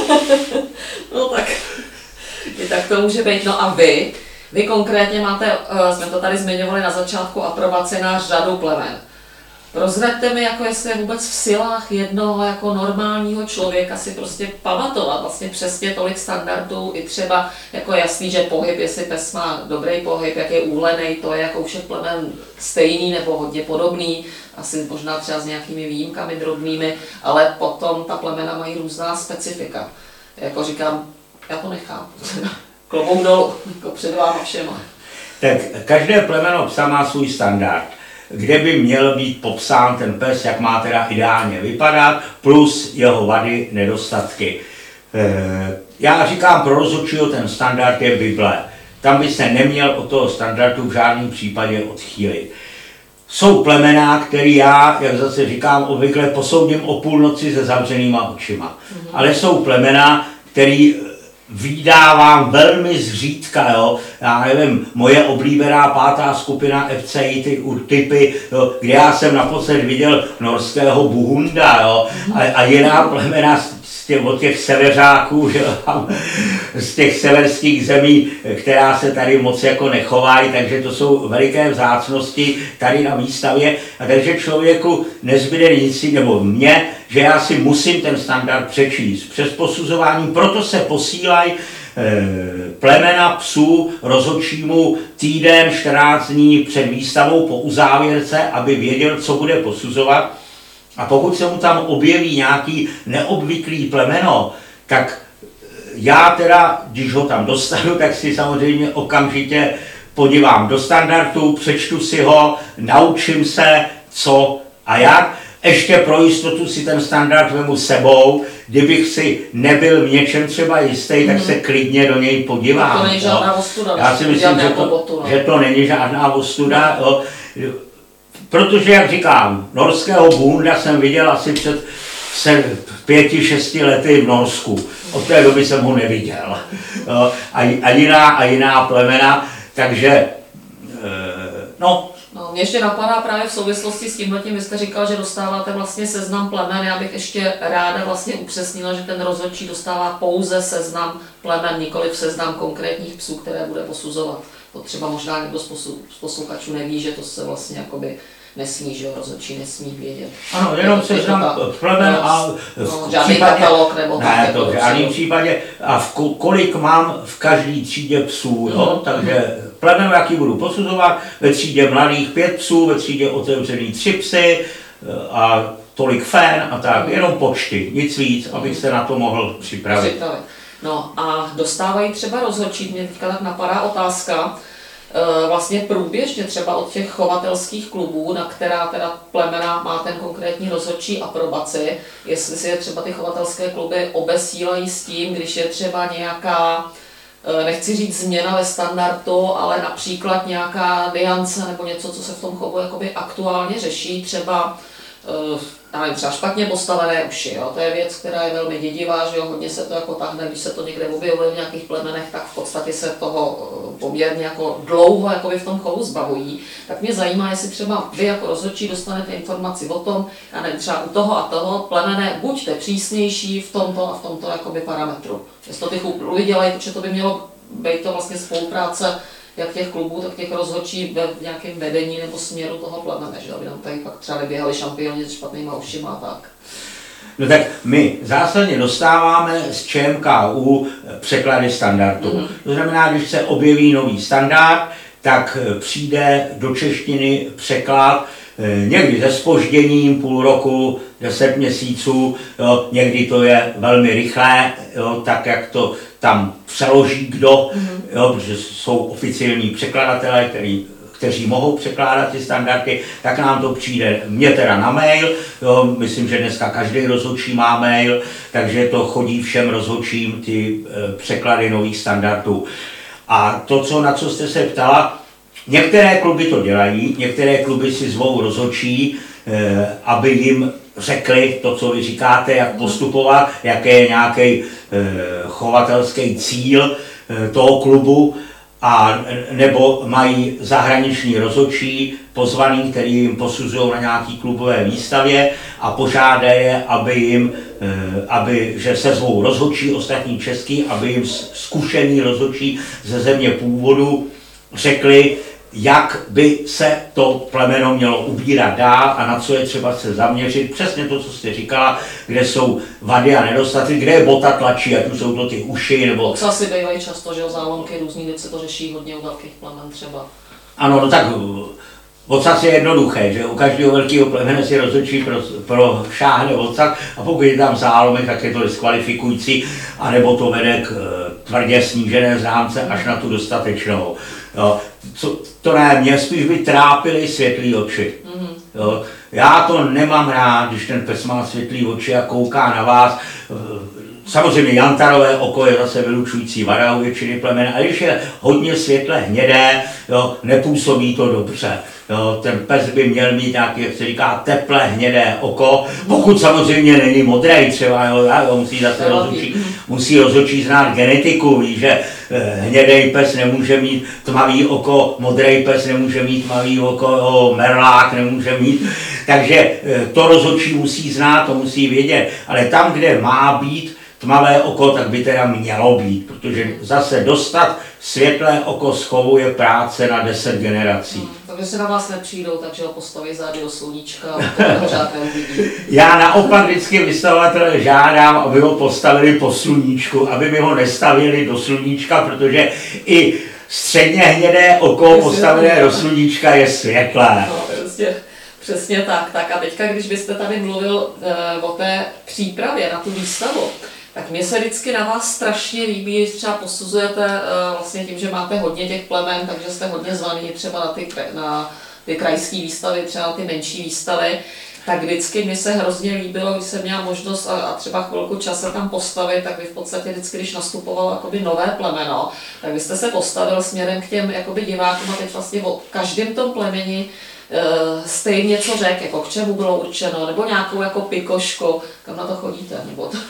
A: No tak, i tak to může být. No a vy konkrétně máte, jsme to tady zmiňovali na začátku, aprobaci na řadu plemen. Prozraďte mi, jako jestli je vůbec v silách jednoho jako normálního člověka si prostě pamatovat vlastně přesně tolik standardů, i třeba jako jasný, že pohyb, jestli pes má dobrý pohyb, jak je úhlený, to je jako u všech plemen stejný nebo hodně podobný, asi možná třeba s nějakými výjimkami drobnými, ale potom ta plemena mají různá specifika. Jako říkám, já to nechápu. Klobouk dolů, jako před váma všema.
B: Tak každé plemeno psa má svůj standard, kde by měl být popsán ten pes, jak má teda ideálně vypadat, plus jeho vady, nedostatky. Já říkám, pro rozhodčího ten standard je Bible. Tam by se neměl od toho standardu v žádném případě odchýlit. Jsou plemena, který já, jak zase říkám, obvykle posoudím o půlnoci se zavřenýma očima. Ale jsou plemena, který vydávám velmi zřídka, jo. Já nevím, moje oblíbená 5. skupina FCI, ty urtypy, jo, kde já jsem naposled viděl norského buhunda, jo, a jiná plemena od těch severáků, že, z těch severských zemí, která se tady moc jako nechovají, takže to jsou veliké vzácnosti tady na výstavě. A takže člověku nezbyde nic, nebo mně, že já si musím ten standard přečíst přes posuzování, proto se posílají plemena psů rozhodčímu týden, 14 dní před výstavou po uzávěrce, aby věděl, co bude posuzovat. A pokud se mu tam objeví nějaký neobvyklý plemeno, tak já teda, když ho tam dostanu, tak si samozřejmě okamžitě podívám do standardu, přečtu si ho, naučím se, co a jak. Ještě pro jistotu si ten standard vemu sebou, kdybych si nebyl v něčem třeba jistý, tak se klidně do něj podívám.
A: To není žádná ostuda.
B: Já si myslím, že to není žádná ostuda, protože, jak říkám, norského bunda jsem viděl asi před 5-6 lety v Norsku. Od té doby jsem ho neviděl. A jiná plemena, takže
A: Mě ještě napadá právě v souvislosti s tímhletím, vy jste říkal, že dostáváte vlastně seznam plemen, já bych ještě ráda vlastně upřesnila, že ten rozhodčí dostává pouze seznam plemen, nikoliv seznam konkrétních psů, které bude posuzovat. To třeba možná někdo z posluchačů neví, že to se vlastně jakoby nesmí, že jo, rozhodčí nesmí vědět.
B: Ano, jenom seznam plemen a
A: žádný katalog nebo tak.
B: Ne, to v žádném případě. A kolik mám v každé třídě psů, takže plemen, jaký budu posuzovat, ve třídě mladých 5 psů, ve třídě otevřený 3 psy a tolik fén a tak, jenom počty, nic víc, abych se na to mohl připravit.
A: No a dostávají třeba rozhodčí, mě teďka tak napadá otázka, vlastně průběžně třeba od těch chovatelských klubů, na která teda plemena má ten konkrétní rozhodčí aprobaci, jestli si je třeba ty chovatelské kluby obesílají s tím, když je třeba nějaká, nechci říct změna ve standardu, ale například nějaká niance nebo něco, co se v tom chovu jakoby aktuálně řeší, třeba třeba špatně postavené uši, jo? To je věc, která je velmi dědivá, že jo? Hodně se to jako tahne, když se to někde objevuje v nějakých plemenech, tak v podstatě se toho poměrně jako dlouho jakoby v tom chovu zbavují. Tak mě zajímá, jestli třeba vy jako rozhodčí dostanete informaci o tom, já nevím, třeba u toho a toho plemene buďte přísnější v tomto a v tomto jakoby parametru. Jestli to ty kluby dělají, protože to by mělo být to vlastně spolupráce jak těch klubů, tak těch rozhodčí v nějakém vedení nebo směru toho plemene, že aby nám tady pak třeba neběhali šampioni s špatnýma ušima a tak.
B: No tak my zásadně dostáváme z ČMKU překlady standardů. To znamená, když se objeví nový standard, tak přijde do češtiny překlad někdy se zpožděním půl roku, 10 měsíců, jo, někdy to je velmi rychlé, jo, tak jak to tam přeloží kdo, jo, protože jsou oficiální překladatelé, kteří mohou překládat ty standardy, tak nám to přijde, mě teda na mail, jo, myslím, že dneska každý rozhodčí má mail, takže to chodí všem rozhodčím ty překlady nových standardů. A to, na co jste se ptala, některé kluby to dělají, některé kluby si zvou rozhodčí, aby jim řekli to, co vy říkáte, jak postupovat, jaký je nějaký chovatelský cíl toho klubu, a nebo mají zahraniční rozhodčí pozvaný, který jim posuzují na nějaký klubové výstavě a požádají je, že se zvou rozhodčí ostatní český, aby jim zkušený rozhodčí ze země původu řekli, jak by se to plemeno mělo ubírat dál a na co je třeba se zaměřit. Přesně to, co jste říkala, kde jsou vady a nedostatky, kde je bota tlačí, ať už jsou to ty uši nebo...
A: Ocasy bývají často, že zálomky různý, teď se to řeší hodně u velkých plemen třeba.
B: Ano, no tak ocas je jednoduché, že u každého velkého plemene si rozhodčí pro šáhne ocas a pokud je tam zálomek, tak je to diskvalifikující, anebo to vede k tvrdě snížené známce až na tu dostatečnou. Jo, to ne, mě spíš by trápily světlý oči. Jo, já to nemám rád, když ten pes má světlý oči a kouká na vás. Samozřejmě jantarové oko je zase vylučující vada u většiny plemen, a když je hodně světle hnědé, jo, nepůsobí to dobře. Jo, ten pes by měl mít nějaké, jak se říká, teplé hnědé oko, pokud samozřejmě není modrý třeba, jo, musí rozhodčí znát genetiku, ví, že hnědý pes nemůže mít tmavý oko, modrý pes nemůže mít tmavý oko, merlák nemůže mít, takže to rozhodčí musí znát, to musí vědět, ale tam, kde má být tmavé oko, tak by teda mělo být, protože zase dostat světlé oko z chovu je práce na 10 generací.
A: Takže se na vás nepřijdou, takže ho postaví zády do sluníčka a to pořád neuvidí.
B: Já naopak vždycky vystavovatele žádám, aby ho postavili po sluníčku, aby mi ho nestavili do sluníčka, protože i středně hnědé oko postavené do sluníčka je světlé.
A: No, přesně tak. Tak a teďka, když byste tady mluvil o té přípravě na tu výstavu, Tak mně se vždycky na vás strašně líbí, že třeba posuzujete vlastně tím, že máte hodně těch plemen, takže jste hodně zvaný třeba na ty krajské výstavy, třeba na ty menší výstavy. Tak vždycky mi se hrozně líbilo, když jsem měla možnost a třeba chvilku času tam postavit, tak vy v podstatě vždycky, když nastupovalo jakoby nové plemeno, tak vy jste se postavil směrem k těm jakoby divákům a teď vlastně o každém tom plemeni stejně něco řekl, jako k čemu bylo určeno, nebo nějakou jako pikošku, kam na to chodíte, nebo to.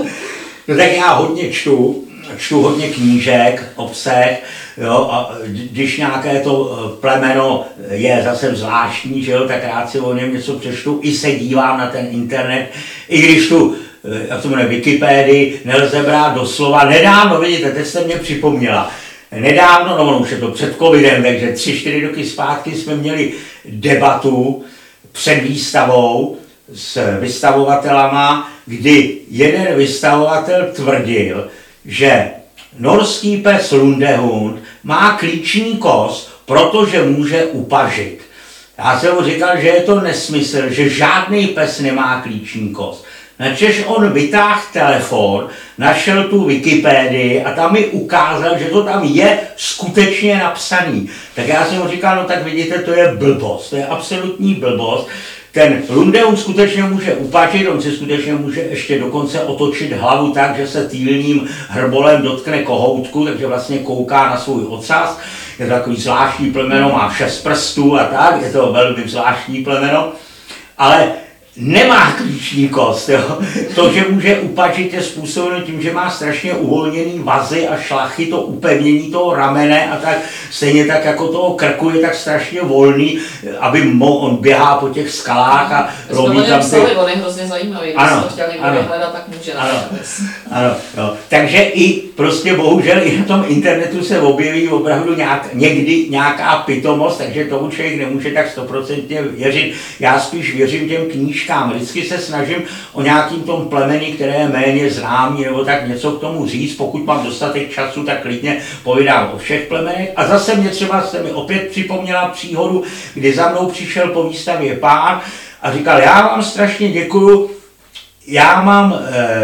B: No tak já hodně čtu hodně knížek, obsah, jo, a když nějaké to plemeno je zase zvláštní, že jo, tak rád si o něm něco přečtu, i se dívám na ten internet, i když tu, jak to jmenuje, Wikipedii nelze brát doslova. Nedávno, vidíte, teď jste mě připomněla, nedávno, no už je to před covidem, takže 3-4 roky zpátky jsme měli debatu před výstavou s vystavovatelama, kdy jeden vystavovatel tvrdil, že norský pes Lundehund má klíční kost, protože může upažit. Já jsem mu říkal, že je to nesmysl, že žádný pes nemá klíční kost. Načež on vytáhl telefon, našel tu Wikipedii a tam mi ukázal, že to tam je skutečně napsaný. Tak já jsem mu říkal, no tak vidíte, to je blbost, to je absolutní blbost. Ten Lundehund skutečně může upažit, on si skutečně může ještě dokonce otočit hlavu tak, že se týlným hrbolem dotkne kohoutku, takže vlastně kouká na svůj ocas. Je to takový zvláštní plemeno, má 6 prstů a tak, je to velmi zvláštní plemeno, ale nemá klíční kost. Jo. To, že může upažit, je způsobeno tím, že má strašně uvolněný vazy a šlachy, to upevnění toho ramene a tak, stejně tak jako toho krku je tak strašně volný, aby on běhá po těch skalách a loví tam ty...
A: On je hrozně zajímavý, když se to chtěl někdo vyhledat, tak může.
B: Ano, jo. Takže i prostě bohužel i na tom internetu se objeví opravdu někdy nějaká pitomost, takže tomu člověk nemůže tak 100% věřit. Já spíš věřím těm knížkám. Vždycky se snažím o nějakým tom plemeni, které je méně známý, nebo tak něco k tomu říct. Pokud mám dostatek času, tak klidně povídám o všech plemenech. A zase mě třeba se mi opět připomněla příhodu, kdy za mnou přišel po výstavě pán a říkal, já vám strašně děkuju, já mám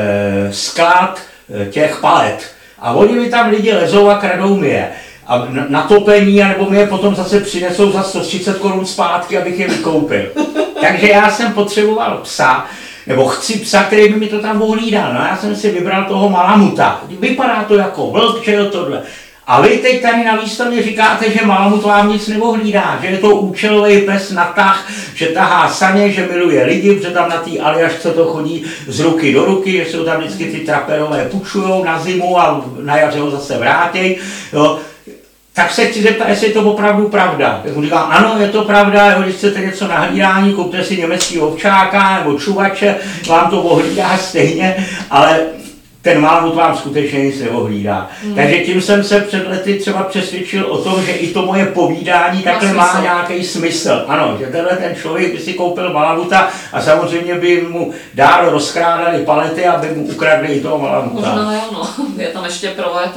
B: sklad těch palet. A oni mi tam lidi lezou a kradou mi je. A na topení, nebo mi je potom zase přinesou za 130 korun zpátky, abych je vykoupil. Takže já jsem potřeboval psa, nebo chci psa, který by mi to tam ohlídal. No já jsem si vybral toho malamuta. Vypadá to jako vlk, že jo, tohle. A vy teď tady na výstavě říkáte, že malamut vám nic neohlídá, že je to účelový pes na tah, že tahá saně, že miluje lidi, protože tam na té Aljašce to chodí z ruky do ruky, že jsou tam vždycky ty traperové pučujou na zimu a na jaře ho zase vrátí. Jo. Tak se chci zeptat, jestli je to opravdu pravda. Tak mu říkám, ano, je to pravda, když chcete něco na hlídání, kupte si německý ovčáka nebo čuvače, vám to ohlídá stejně, ale ten malamut vám skutečně nic neohlídá. Takže tím jsem se před lety třeba přesvědčil o tom, že i to moje povídání takhle má nějaký smysl. Ano, že tenhle ten člověk by si koupil malamuta a samozřejmě by mu dál rozkrádali palety, aby mu ukradli i toho malamuta.
A: Možná jo, no. Je tam ještě provet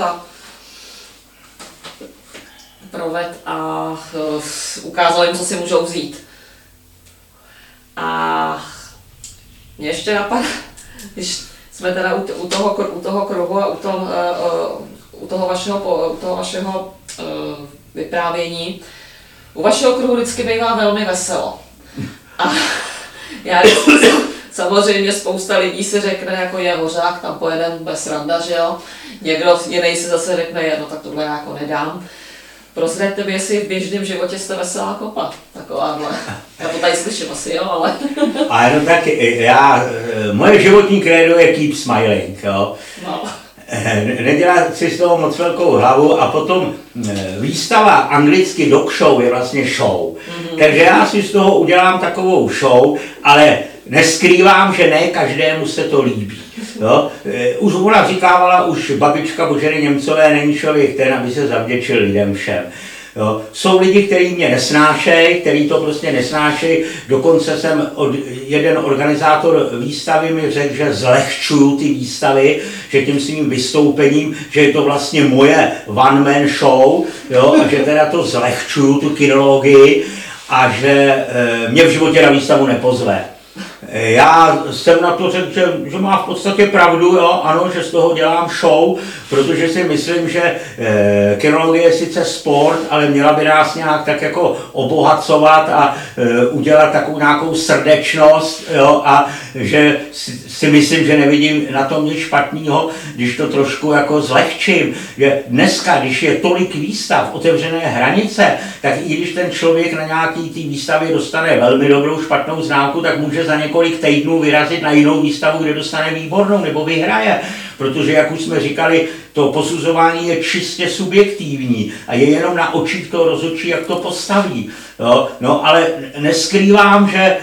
A: a ukázal jim, co si můžou vzít. A mě ještě napadá, když jsme teda u toho kruhu a u toho vašeho vyprávění, u vašeho kruhu vždycky bývá velmi veselo. A já samozřejmě spousta lidí si řekne, jako je hořák, tam pojedem bez randa, že jo. Někdo jiný si zase řekne, no tak tohle já jako nedám. Prozraďte mi, jestli v běžném životě jste veselá kopa, takováhle. Já to tady slyším asi, jo, ale...
B: Ale no tak moje životní krédo je keep smiling, jo. No. Nedělat si z toho moc velkou hlavu a potom výstava anglicky dog show je vlastně show. Takže já si z toho udělám takovou show, ale neskrývám, že ne každému se to líbí. Jo? Už ona říkávala, už babička Boženy Němcové, není člověk ten, aby se zavděčil lidem všem. Jo. Jsou lidi, kteří mě nesnášejí, kteří to prostě nesnášejí. Dokonce jsem jeden organizátor výstavy mi řekl, že zlehčuju ty výstavy, že tím svým vystoupením, že je to vlastně moje one-man show, jo, a že teda to zlehčuju, tu kinologii, a že mě v životě na výstavu nepozve. Já jsem na to řekl, že má v podstatě pravdu, jo, ano, že z toho dělám show, protože si myslím, že kinologie je sice sport, ale měla by nás nějak tak jako obohacovat a udělat takovou nějakou srdečnost, jo, a že si myslím, že nevidím na tom nic špatného, když to trošku jako zlehčím, že dneska, když je tolik výstav, otevřené hranice, tak i když ten člověk na nějaký té výstavě dostane velmi dobrou špatnou známku, tak může za několik týdnů vyrazit na jinou výstavu, kde dostane výbornou nebo vyhraje. Protože, jak už jsme říkali, to posuzování je čistě subjektivní a je jenom na očích toho rozhodčí, jak to postaví. Jo? No, ale neskrývám, že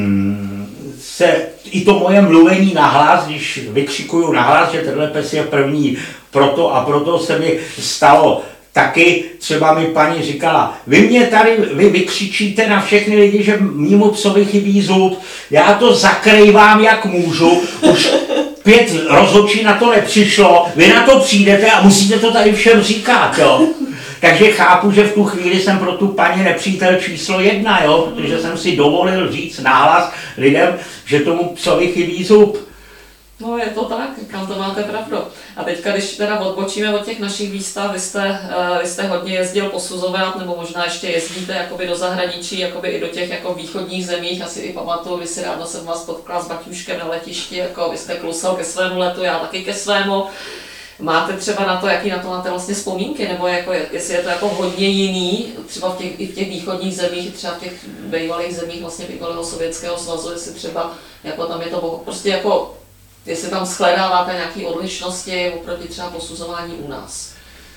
B: se i to moje mluvení nahlas, když vykřikuju nahlas, že tenhle pes je první proto a proto se mi stalo. Taky třeba mi paní říkala, vy vykřičíte na všechny lidi, že mému psovi chybí zub, já to zakrývám jak můžu, už 5 rozhodčí na to nepřišlo, vy na to přijdete a musíte to tady všem říkat, jo. Takže chápu, že v tu chvíli jsem pro tu paní nepřítel číslo 1, jo, protože jsem si dovolil říct nahlas lidem, že tomu psovi chybí zub.
A: No je to tak, kam to máte pravdu. A teďka, když teda odbočíme od těch našich výstav, vy jste hodně jezdil posuzovat, nebo možná ještě jezdíte jakoby do zahraničí, jakoby i do těch jako východních zemích, asi i pamatuju, když si ráno jsem vás potkala s Baťuškem na letišti, jako vy jste klusal ke svému letu, já taky ke svému. Máte třeba na to, jaký na to máte vlastně vzpomínky, nebo jako, jestli je to jako hodně jiný, třeba i v těch východních zemích, i třeba v těch bývalých zemích vlastně bývalého Sovětského svazu, jestli třeba jako tam je to prostě jako jestli tam shledáváte nějaké odlišnosti oproti třeba posuzování u nás?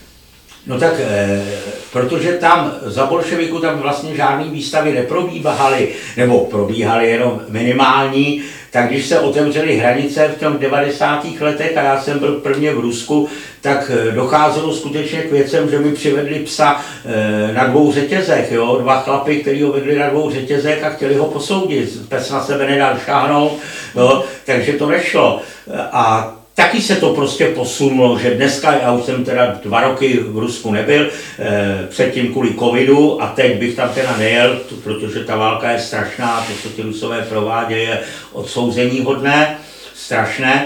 B: No tak, protože tam za bolševiku tam vlastně žádné výstavy neprobíhaly, nebo probíhaly jenom minimální, tak když se otevřely hranice v tom 90. letech a já jsem byl prvně v Rusku, tak docházelo skutečně k věcem, že mi přivedli psa na 2 řetězech, jo? 2 chlapy, kteří ho vedli na 2 řetězech a chtěli ho posoudit. Pes na sebe nedal šáhnout, jo? Takže to nešlo. A taky se to prostě posunulo, že dneska, já už jsem teda 2 roky v Rusku nebyl, předtím kvůli covidu a teď bych tam teda nejel, protože ta válka je strašná, to, co ty Rusové provádějí, je odsouzení hodné, strašné.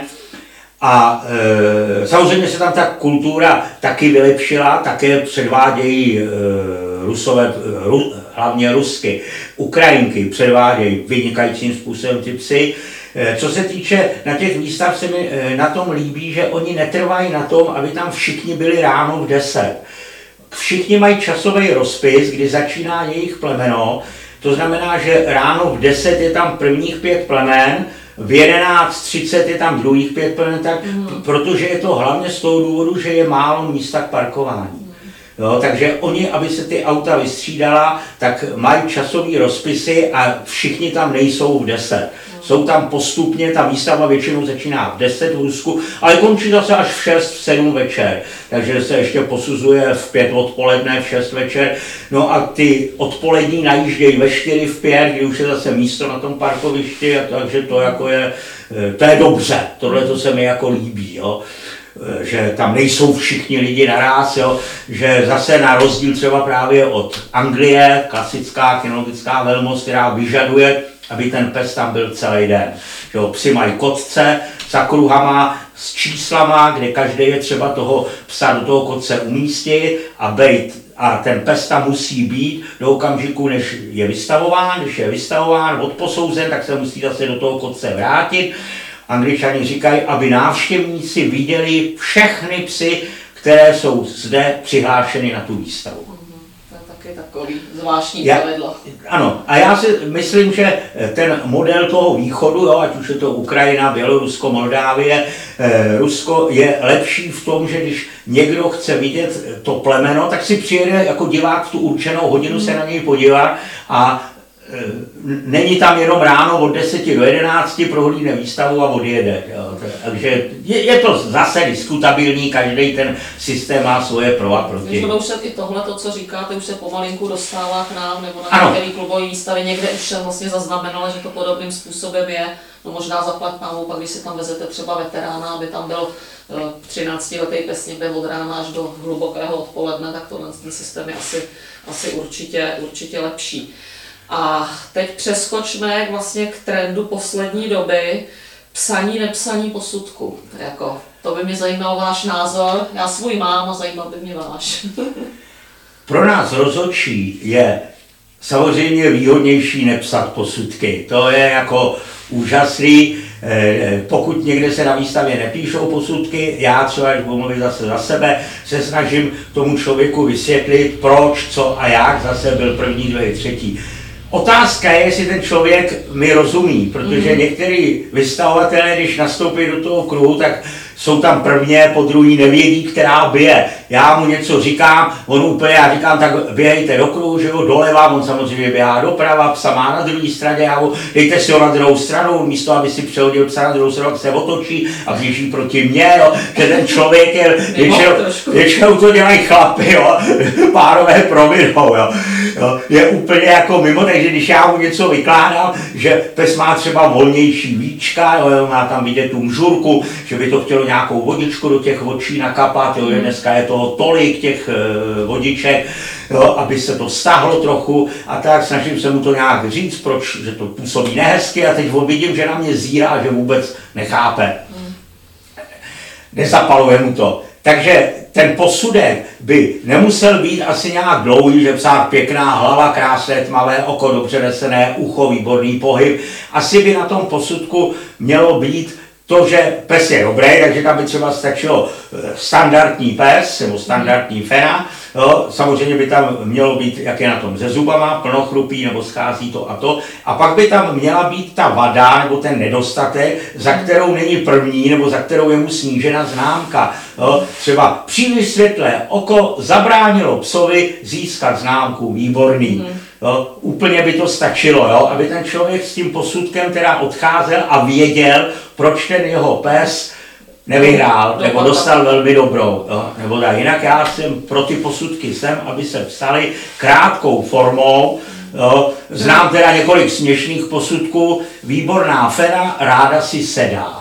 B: A samozřejmě se tam ta kultura taky vylepšila, také předvádějí Rusové, hlavně Rusky, Ukrajinky předvádějí vynikajícím způsobem ty psy. Co se týče na těch výstav, se mi na tom líbí, že oni netrvají na tom, aby tam všichni byli ráno v 10. Všichni mají časový rozpis, kdy začíná jejich plemeno, to znamená, že ráno v 10 je tam prvních 5 plemen, v 11:30 je tam druhých 5 plemen, tak, protože je to hlavně z toho důvodu, že je málo místa k parkování. Jo, takže oni, aby se ty auta vystřídala, tak mají časový rozpisy a všichni tam nejsou v 10. Jsou tam postupně, ta výstava většinou začíná v 10 v Rusku, ale končí zase až v 6, v 7 večer. Takže se ještě posuzuje v 5 odpoledne, v 6 večer. No a ty odpolední najíždějí ve 4, v 5, kdy už je zase místo na tom parkovišti, a takže to jako je, to je dobře, tohle to se mi jako líbí, jo. Že tam nejsou všichni lidi naráz, jo, že zase na rozdíl třeba právě od Anglie, klasická kinologická velmoc, která vyžaduje, aby ten pes tam byl celý den. Že jo, psi mají kotce za kruhama s číslama, kde každý je třeba toho psa do toho kotce umístit a bejt. A ten pes tam musí být do okamžiku, než je vystavován. Když je vystavován, odposouzen, tak se musí zase do toho kotce vrátit. Angličani říkají, aby návštěvníci viděli všechny psy, které jsou zde přihlášeny na tu výstavu.
A: To je taky takový zvláštní pravidlo.
B: Ano, a já si myslím, že ten model toho východu, jo, ať už je to Ukrajina, Bělorusko, Moldávie, Rusko, je lepší v tom, že když někdo chce vidět to plemeno, tak si přijede jako divák v tu určenou hodinu se na něj podívat a není tam jenom ráno od 10 do 11, prohlídne výstavu a odjede. Jo. Takže je to zase diskutabilní, každý ten systém má svoje pro a proti.
A: Už se i tohle, to, co říkáte, už se pomalinku dostává k nám, nebo na některé klubové výstavy, někde už se vlastně zaznamenalo, že to podobným způsobem je, no možná zaplať pánu, pak když si tam vezete třeba veterána, aby tam byl 13letý pes někde od rána až do hlubokého odpoledne, tak ten systém je asi určitě lepší. A teď přeskočme vlastně k trendu poslední doby, psaní, nepsaní posudku. Jako, to by mě zajímal váš názor, já svůj mám a zajímal by mě váš.
B: Pro nás rozhodčí je samozřejmě výhodnější nepsat posudky. To je jako úžasný. Pokud někde se na výstavě nepíšou posudky, já třeba, když budu mluvit zase za sebe, se snažím tomu člověku vysvětlit, proč, co a jak, zase byl první, druhý, třetí. Otázka je, jestli ten člověk mi rozumí, protože některý vystavovatelé, když nastoupí do toho kruhu, tak jsou tam prvně, po druhý nevědí, která bije. Já mu něco říkám, on úplně, já říkám, tak běhejte do kruhu, že jo, doleva, on samozřejmě běhá doprava, psa má na druhé straně, já mu, dejte si ho na druhou stranu, místo, aby si přehodil psa na druhou stranu, se otočí a běží proti mně, jo, že ten člověk je, většinou to dělají chlapy, jo, párové prominou, jo, je úplně jako mimo, takže když já mu něco vykládám, že pes má třeba volnější víčka, jo, má tam vidět tu mžurku, že by to chtělo nějakou vodičku do těch očí nakapat, jo, dneska je toho tolik těch vodiček, jo, aby se to stáhlo trochu a tak snažím se mu to nějak říct, proč, že to působí nehezky a teď vidím, že na mě zírá, že vůbec nechápe. Nezapaluje mu to. Takže ten posudek by nemusel být asi nějak dlouhý, že psát pěkná hlava, krásné tmavé oko, dobře nesené ucho, výborný pohyb. Asi by na tom posudku mělo být to, že pes je dobrý, takže tam by třeba stačilo standardní pes nebo standardní fena. Jo, samozřejmě by tam mělo být, jak je na tom se zubama, plnochrupý nebo schází to a to. A pak by tam měla být ta vada nebo ten nedostatek, za kterou není první nebo za kterou je mu snížena známka. Jo, třeba příliš světlé oko zabránilo psovi získat známku výborný. Jo, úplně by to stačilo, jo, aby ten člověk s tím posudkem teda odcházel a věděl, proč ten jeho pes nevyhrál, nebo dostal velmi dobrou. Jo, nebo tak. Jinak já jsem pro ty posudky aby se psali krátkou formou. Jo, znám teda několik směšných posudků. Výborná fena, ráda si sedá.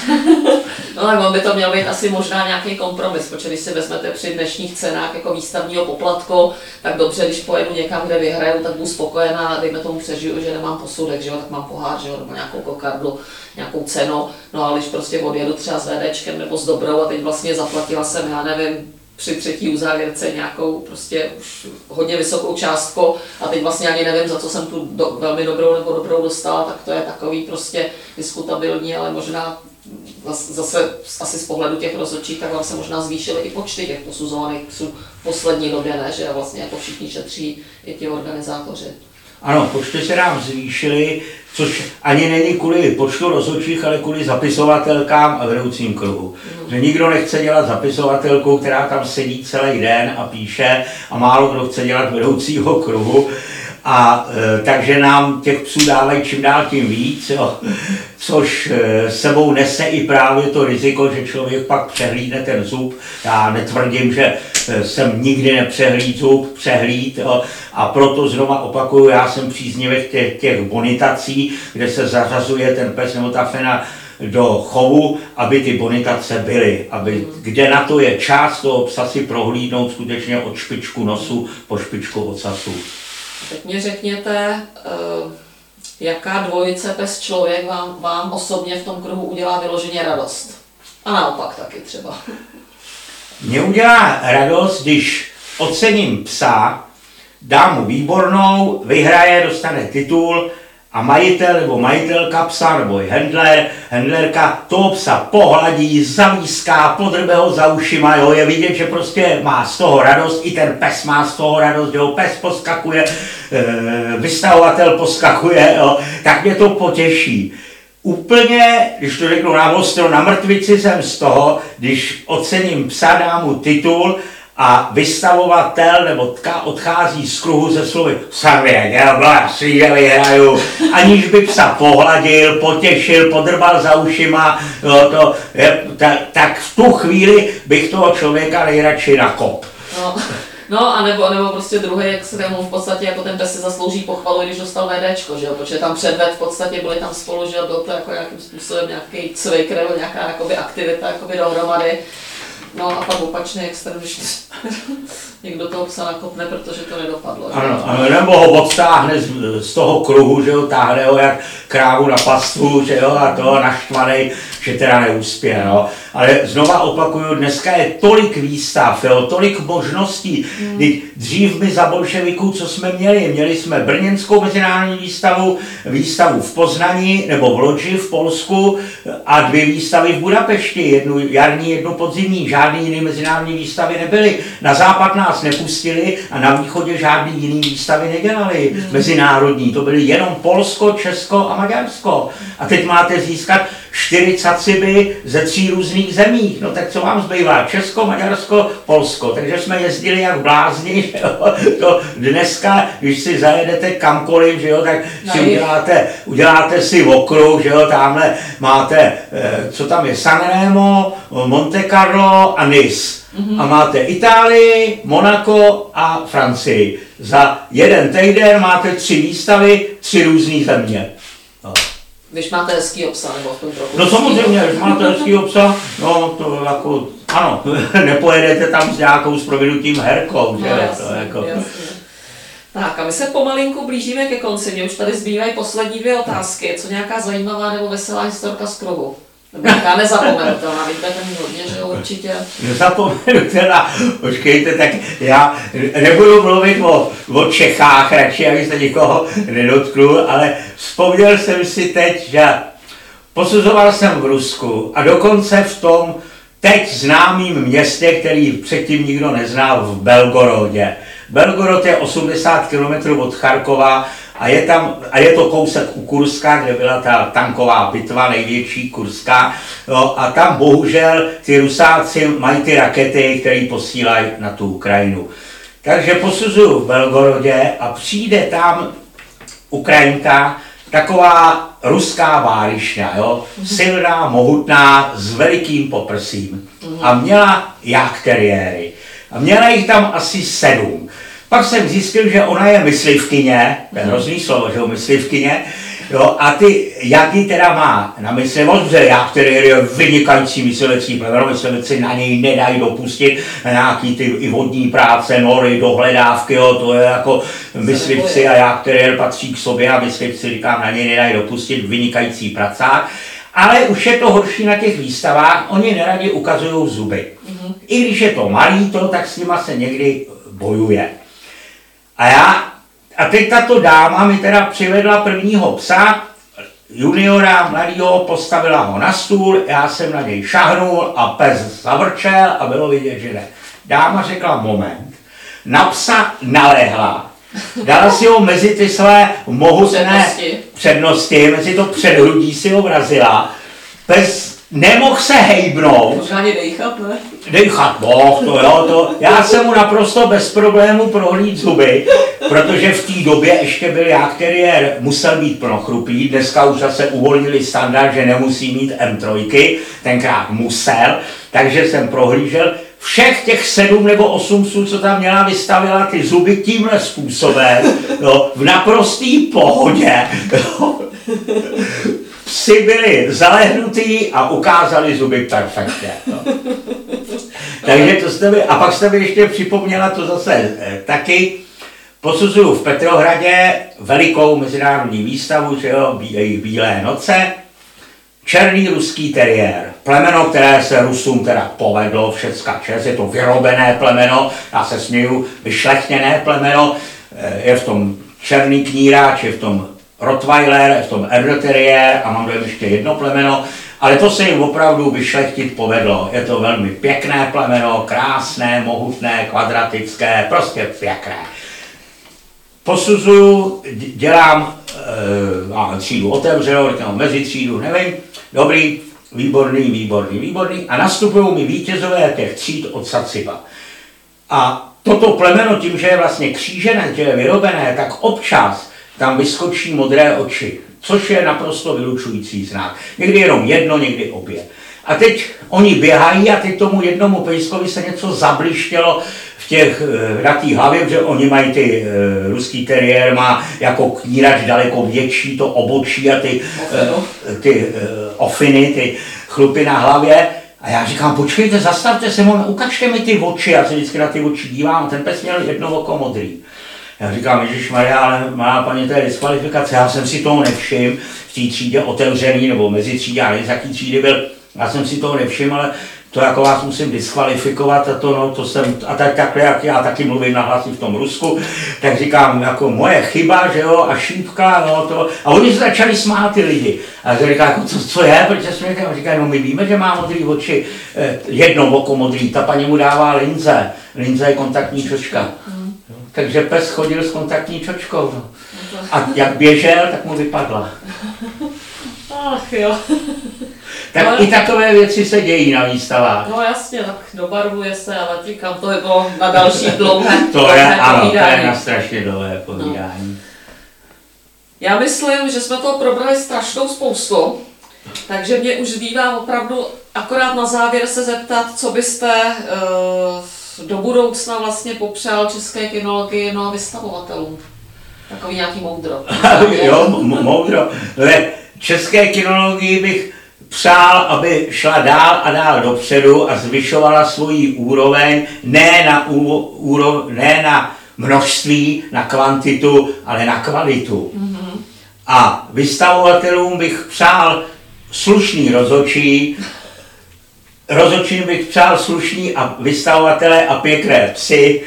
A: No tak on by to měl být asi možná nějaký kompromis, protože když si vezmete při dnešních cenách jako výstavního poplatku, tak dobře, když pojedu někam, kde vyhraju, tak budu spokojená, dejme tomu přežiju, že nemám posudek, že jo, tak mám pohár, že jo, nebo nějakou kokardu, nějakou cenu, no ale když prostě odjedu třeba s VDčkem nebo s dobrou a teď vlastně zaplatila jsem, já nevím, při třetí uzávěrce nějakou prostě už hodně vysokou částku a teď vlastně ani nevím, za co jsem tu velmi dobrou nebo dobrou dostala, tak to je takový prostě diskutabilní, ale možná zase asi z pohledu těch rozhodčích, tak vám se možná zvýšily i počty těch posuzovaných psů v poslední době, ne? Že vlastně jako všichni šetří i ti organizátoři.
B: Ano, počty se nám zvýšily, což ani není kvůli počtu rozhodčích, ale kvůli zapisovatelkám a vedoucím kruhu. Že nikdo nechce dělat zapisovatelku, která tam sedí celý den a píše a málo kdo chce dělat vedoucího kruhu. A takže nám těch psů dávají čím dál tím víc, jo, což sebou nese i právě to riziko, že člověk pak přehlídne ten zub. Já netvrdím, že jsem nikdy nepřehlíd zub, jo, a proto znova opakuju, já jsem příznivec těch bonitací, kde se zařazuje ten pes nebo ta fena do chovu, aby ty bonitace byly, aby kde na to je čas toho psa si prohlídnout skutečně od špičku nosu po špičku ocasu.
A: Teď mě řekněte, jaká dvojice pes člověk vám osobně v tom kruhu udělá vyloženě radost. A naopak taky třeba.
B: Mně udělá radost, když ocením psa, dám mu výbornou, vyhraje, dostane titul a majitel nebo majitelka psa nebo i handlerka toho psa pohladí, zavíská, podrbe ho za ušima, jo, je vidět, že prostě má z toho radost, i ten pes má z toho radost, jo, pes poskakuje, vystavovatel poskakuje, jo, tak mě to potěší. Úplně, když to řeknu na ostro, na mrtvici jsem z toho, když ocením psa, dám mu titul a vystavovatel nebo tka odchází z kruhu ze slovy jsem věděl, blasí, že vyhraju, aniž by psa pohladil, potěšil, podrbal za ušima, jo, tak v tu chvíli bych toho člověka nejradši nakop.
A: No a nebo prostě druhý extrémum v podstatě jako ten pes si zaslouží pochvalu, když dostal VDčko, že jo, protože tam předved v podstatě byli tam spolu, že byl to jako nějakým způsobem nějaký cvik nebo nějaká jakoby aktivita jakoby dohromady. No a pak opačný extrém, když Někdo toho psa nakopne, protože to nedopadlo.
B: Ano, nebo ho odtáhne z toho kruhu, že jo, táhne ho jak krávu na pastvu, že jo, a to naštvanej, že teda neuspěje, no. Ale znova opakuju, dneska je tolik výstav, jo, tolik možností. Dřív my za bolševiků, co jsme měli jsme brněnskou mezinárodní výstavu v Poznani nebo v Lodži v Polsku a 2 výstavy v Budapešti, jednu jarní, jednu podzimní, žádný jiný mezinárodní výstavy nebyly. Na západ nás nepustili a na východě žádný jiný výstavy nedělali. Mezinárodní, to byly jenom Polsko, Česko a Maďarsko. A teď máte získat 40 ciby ze 3 různých zemí. No tak co vám zbývá? Česko, Maďarsko, Polsko. Takže jsme jezdili jak blázni, že jo? To dneska, když si zajedete kamkoliv, že jo, tak si uděláte si okruh, že jo, tamhle máte, co tam je, Sanremo, Monte Carlo a Nice. A máte Itálii, Monako a Francii. Za 1 týden máte 3 výstavy, 3 různý země. No.
A: Když máte hezký obsah, nebo v tom trochu.
B: No samozřejmě, když máte hezký obsah, no to jako, ano, nepojedete tam s nějakou s prominutím herkou, že?
A: No, jasně,
B: to jako...
A: jasně. Tak a my se pomalinku blížíme ke konci, mě už tady zbývají poslední 2 otázky. Co nějaká zajímavá nebo veselá historka z kruhu? Nebo nějaká nezapomenutelná, vy budete mít hodně, že jo, určitě.
B: Nezapomenutelná, počkejte, tak já nebudu mluvit o Čechách radši, abyste nikoho nedotknul, ale vzpomněl jsem si teď, že posuzoval jsem v Rusku a dokonce v tom teď známým městě, který předtím nikdo neznal, v Belgorodě. Belgorod je 80 km od Charkova a je to kousek u Kurska, kde byla ta tanková bitva největší kurská. No, a tam bohužel ty Rusáci mají ty rakety, které posílají na tu Ukrajinu. Takže posuzuju v Belgorodě a přijde tam Ukrajinka, taková ruská várišňa, jo? Silná, mohutná, s velikým poprsím. A měla jagdteriéry. A měla jich tam asi 7. Pak jsem zjistil, že ona je myslivkyně, to je hrozný slovo, že jo, myslivkyně, jo, a ty jagy teda má na myslivost, protože jagdteriér je vynikající myslivecký plemeno, myslivci na něj nedají dopustit na nějaký ty i vodní práce, nory, dohledávky, jo, to je jako myslivci a jagdteriér patří k sobě a myslivci, říkám, na něj nedají dopustit, vynikající pracák. Ale už je to horší na těch výstavách, oni neradi ukazují zuby. I když je to malý, tak s nima se někdy bojuje. A teď tato dáma mi teda přivedla prvního psa, juniora, mladýho, postavila ho na stůl, já jsem na něj šahnul a pes zavrčel a bylo vidět, že ne. Dáma řekla moment, na psa nalehla, dala si ho mezi ty své mohutné přednosti, mezi to předhrudí si ho vrazila, pes nemohl se hejbnout.
A: Možná ani dejchat, ne?
B: Dejchat mohl, já jsem mu naprosto bez problému prohlíd zuby, protože v té době ještě byl jagdteriér, musel být plnochrupý, dneska už zase uvolnili standard, že nemusí mít M3, tenkrát musel, takže jsem prohlížel všech těch 7 nebo 8 psů, co tam měla, vystavila ty zuby tímhle způsobem, jo, v naprostý pohodě. Jo. Psi byli zalehnutí a ukázali zuby perfektně. No. Takže to jste mi, a pak jste mi ještě připomněla to zase taky, posuzuju v Petrohradě velikou mezinárodní výstavu, že jo, jejich Bílé noce, černý ruský teriér, plemeno, které se Rusům teda povedlo, všecka čest, je to vyrobené plemeno, já se směju, vyšlechtěné plemeno, je v tom černý kníráč, je v tom Rottweiler, je v tom Erdő Terrier a mám tam ještě jedno plemeno, ale to se jim opravdu vyšlechtit povedlo. Je to velmi pěkné plemeno, krásné, mohutné, kvadratické, prostě pěkné. Posuzuju, dělám třídu otevřenou, mezi třídu, nevím, dobrý, výborný a nastupují mi vítězové těch tříd od Saciba. A toto plemeno tím, že je vlastně křížené, že je vyrobené, tak občas tam vyskočí modré oči, což je naprosto vylučující znak. Někdy jenom jedno, někdy obě. A teď oni běhají a teď tomu jednomu pejskovi se něco zablištělo na té hlavě, protože oni mají ty ruský teriér, má jako knírač daleko větší to obočí a ty ofiny, ty chlupy na hlavě. A já říkám, počkejte, zastavte se, ukažte mi ty oči, já se vždycky na ty oči dívám, a ten pes měl jedno oko modrý. Já říkám, ježišmarja, ale má paní, to je diskvalifikace, já jsem si toho nevšiml, v té třídě otevřený, nebo mezi třídě, já nevím, z jaký třídy byl, já jsem si toho nevšiml, ale to jako vás musím diskvalifikovat a to, no, to jsem, a tak takhle, jak já taky mluvím na hlasy v tom Rusku, tak říkám, jako moje chyba, že jo, a šípka, no to, a oni se začali smát ty lidi. A já říkám, jako, co je, proč se smějete? A říkají, no my víme, že má modrý oči, jedno oko modrý, ta paní mu dává linze, linze je kontaktní čočka. Takže pes chodil s kontaktní čočkou, no. A jak běžel, tak mu vypadla.
A: Ach jo.
B: Tak no, i takové věci se dějí na výstavách.
A: No jasně, tak dobarvuje se, ale říkám, to je bylo na další dlouhé
B: ano, to je na strašně dlouhé povídání. No.
A: Já myslím, že jsme toho probrali strašnou spoustu, takže mě už zbývá opravdu akorát na závěr se zeptat, co byste do budoucna vlastně popřál české kinologii, no a vystavovatelům. Takový nějaký moudro.
B: Jo, moudro. České kinologii bych přál, aby šla dál a dál dopředu a zvyšovala svoji úroveň, ne na množství, na kvantitu, ale na kvalitu. Mm-hmm. A vystavovatelům bych přál slušný rozhodčí, rozhodčím bych přál slušný a vystavovatele a pěkné psy.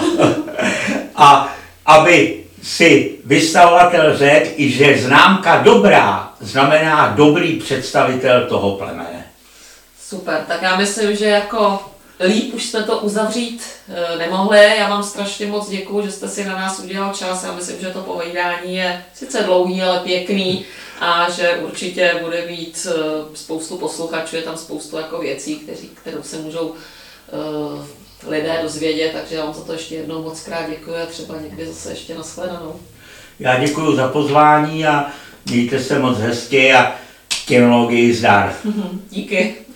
B: A aby si vystavovatel řekl, i že známka dobrá znamená dobrý představitel toho plemene.
A: Super, tak já myslím, že jako líp už jsme to uzavřít nemohli. Já vám strašně moc děkuju, že jste si na nás udělal čas. Já myslím, že to povídání je sice dlouhý, ale pěkný a že určitě bude mít spoustu posluchačů, je tam spoustu jako věcí, kterou se můžou lidé dozvědět, takže já vám za to ještě jednou moc krát děkuji a třeba někdy zase ještě nashledanou.
B: Já děkuji za pozvání a mějte se moc hezky a kinologii zdar.
A: Díky.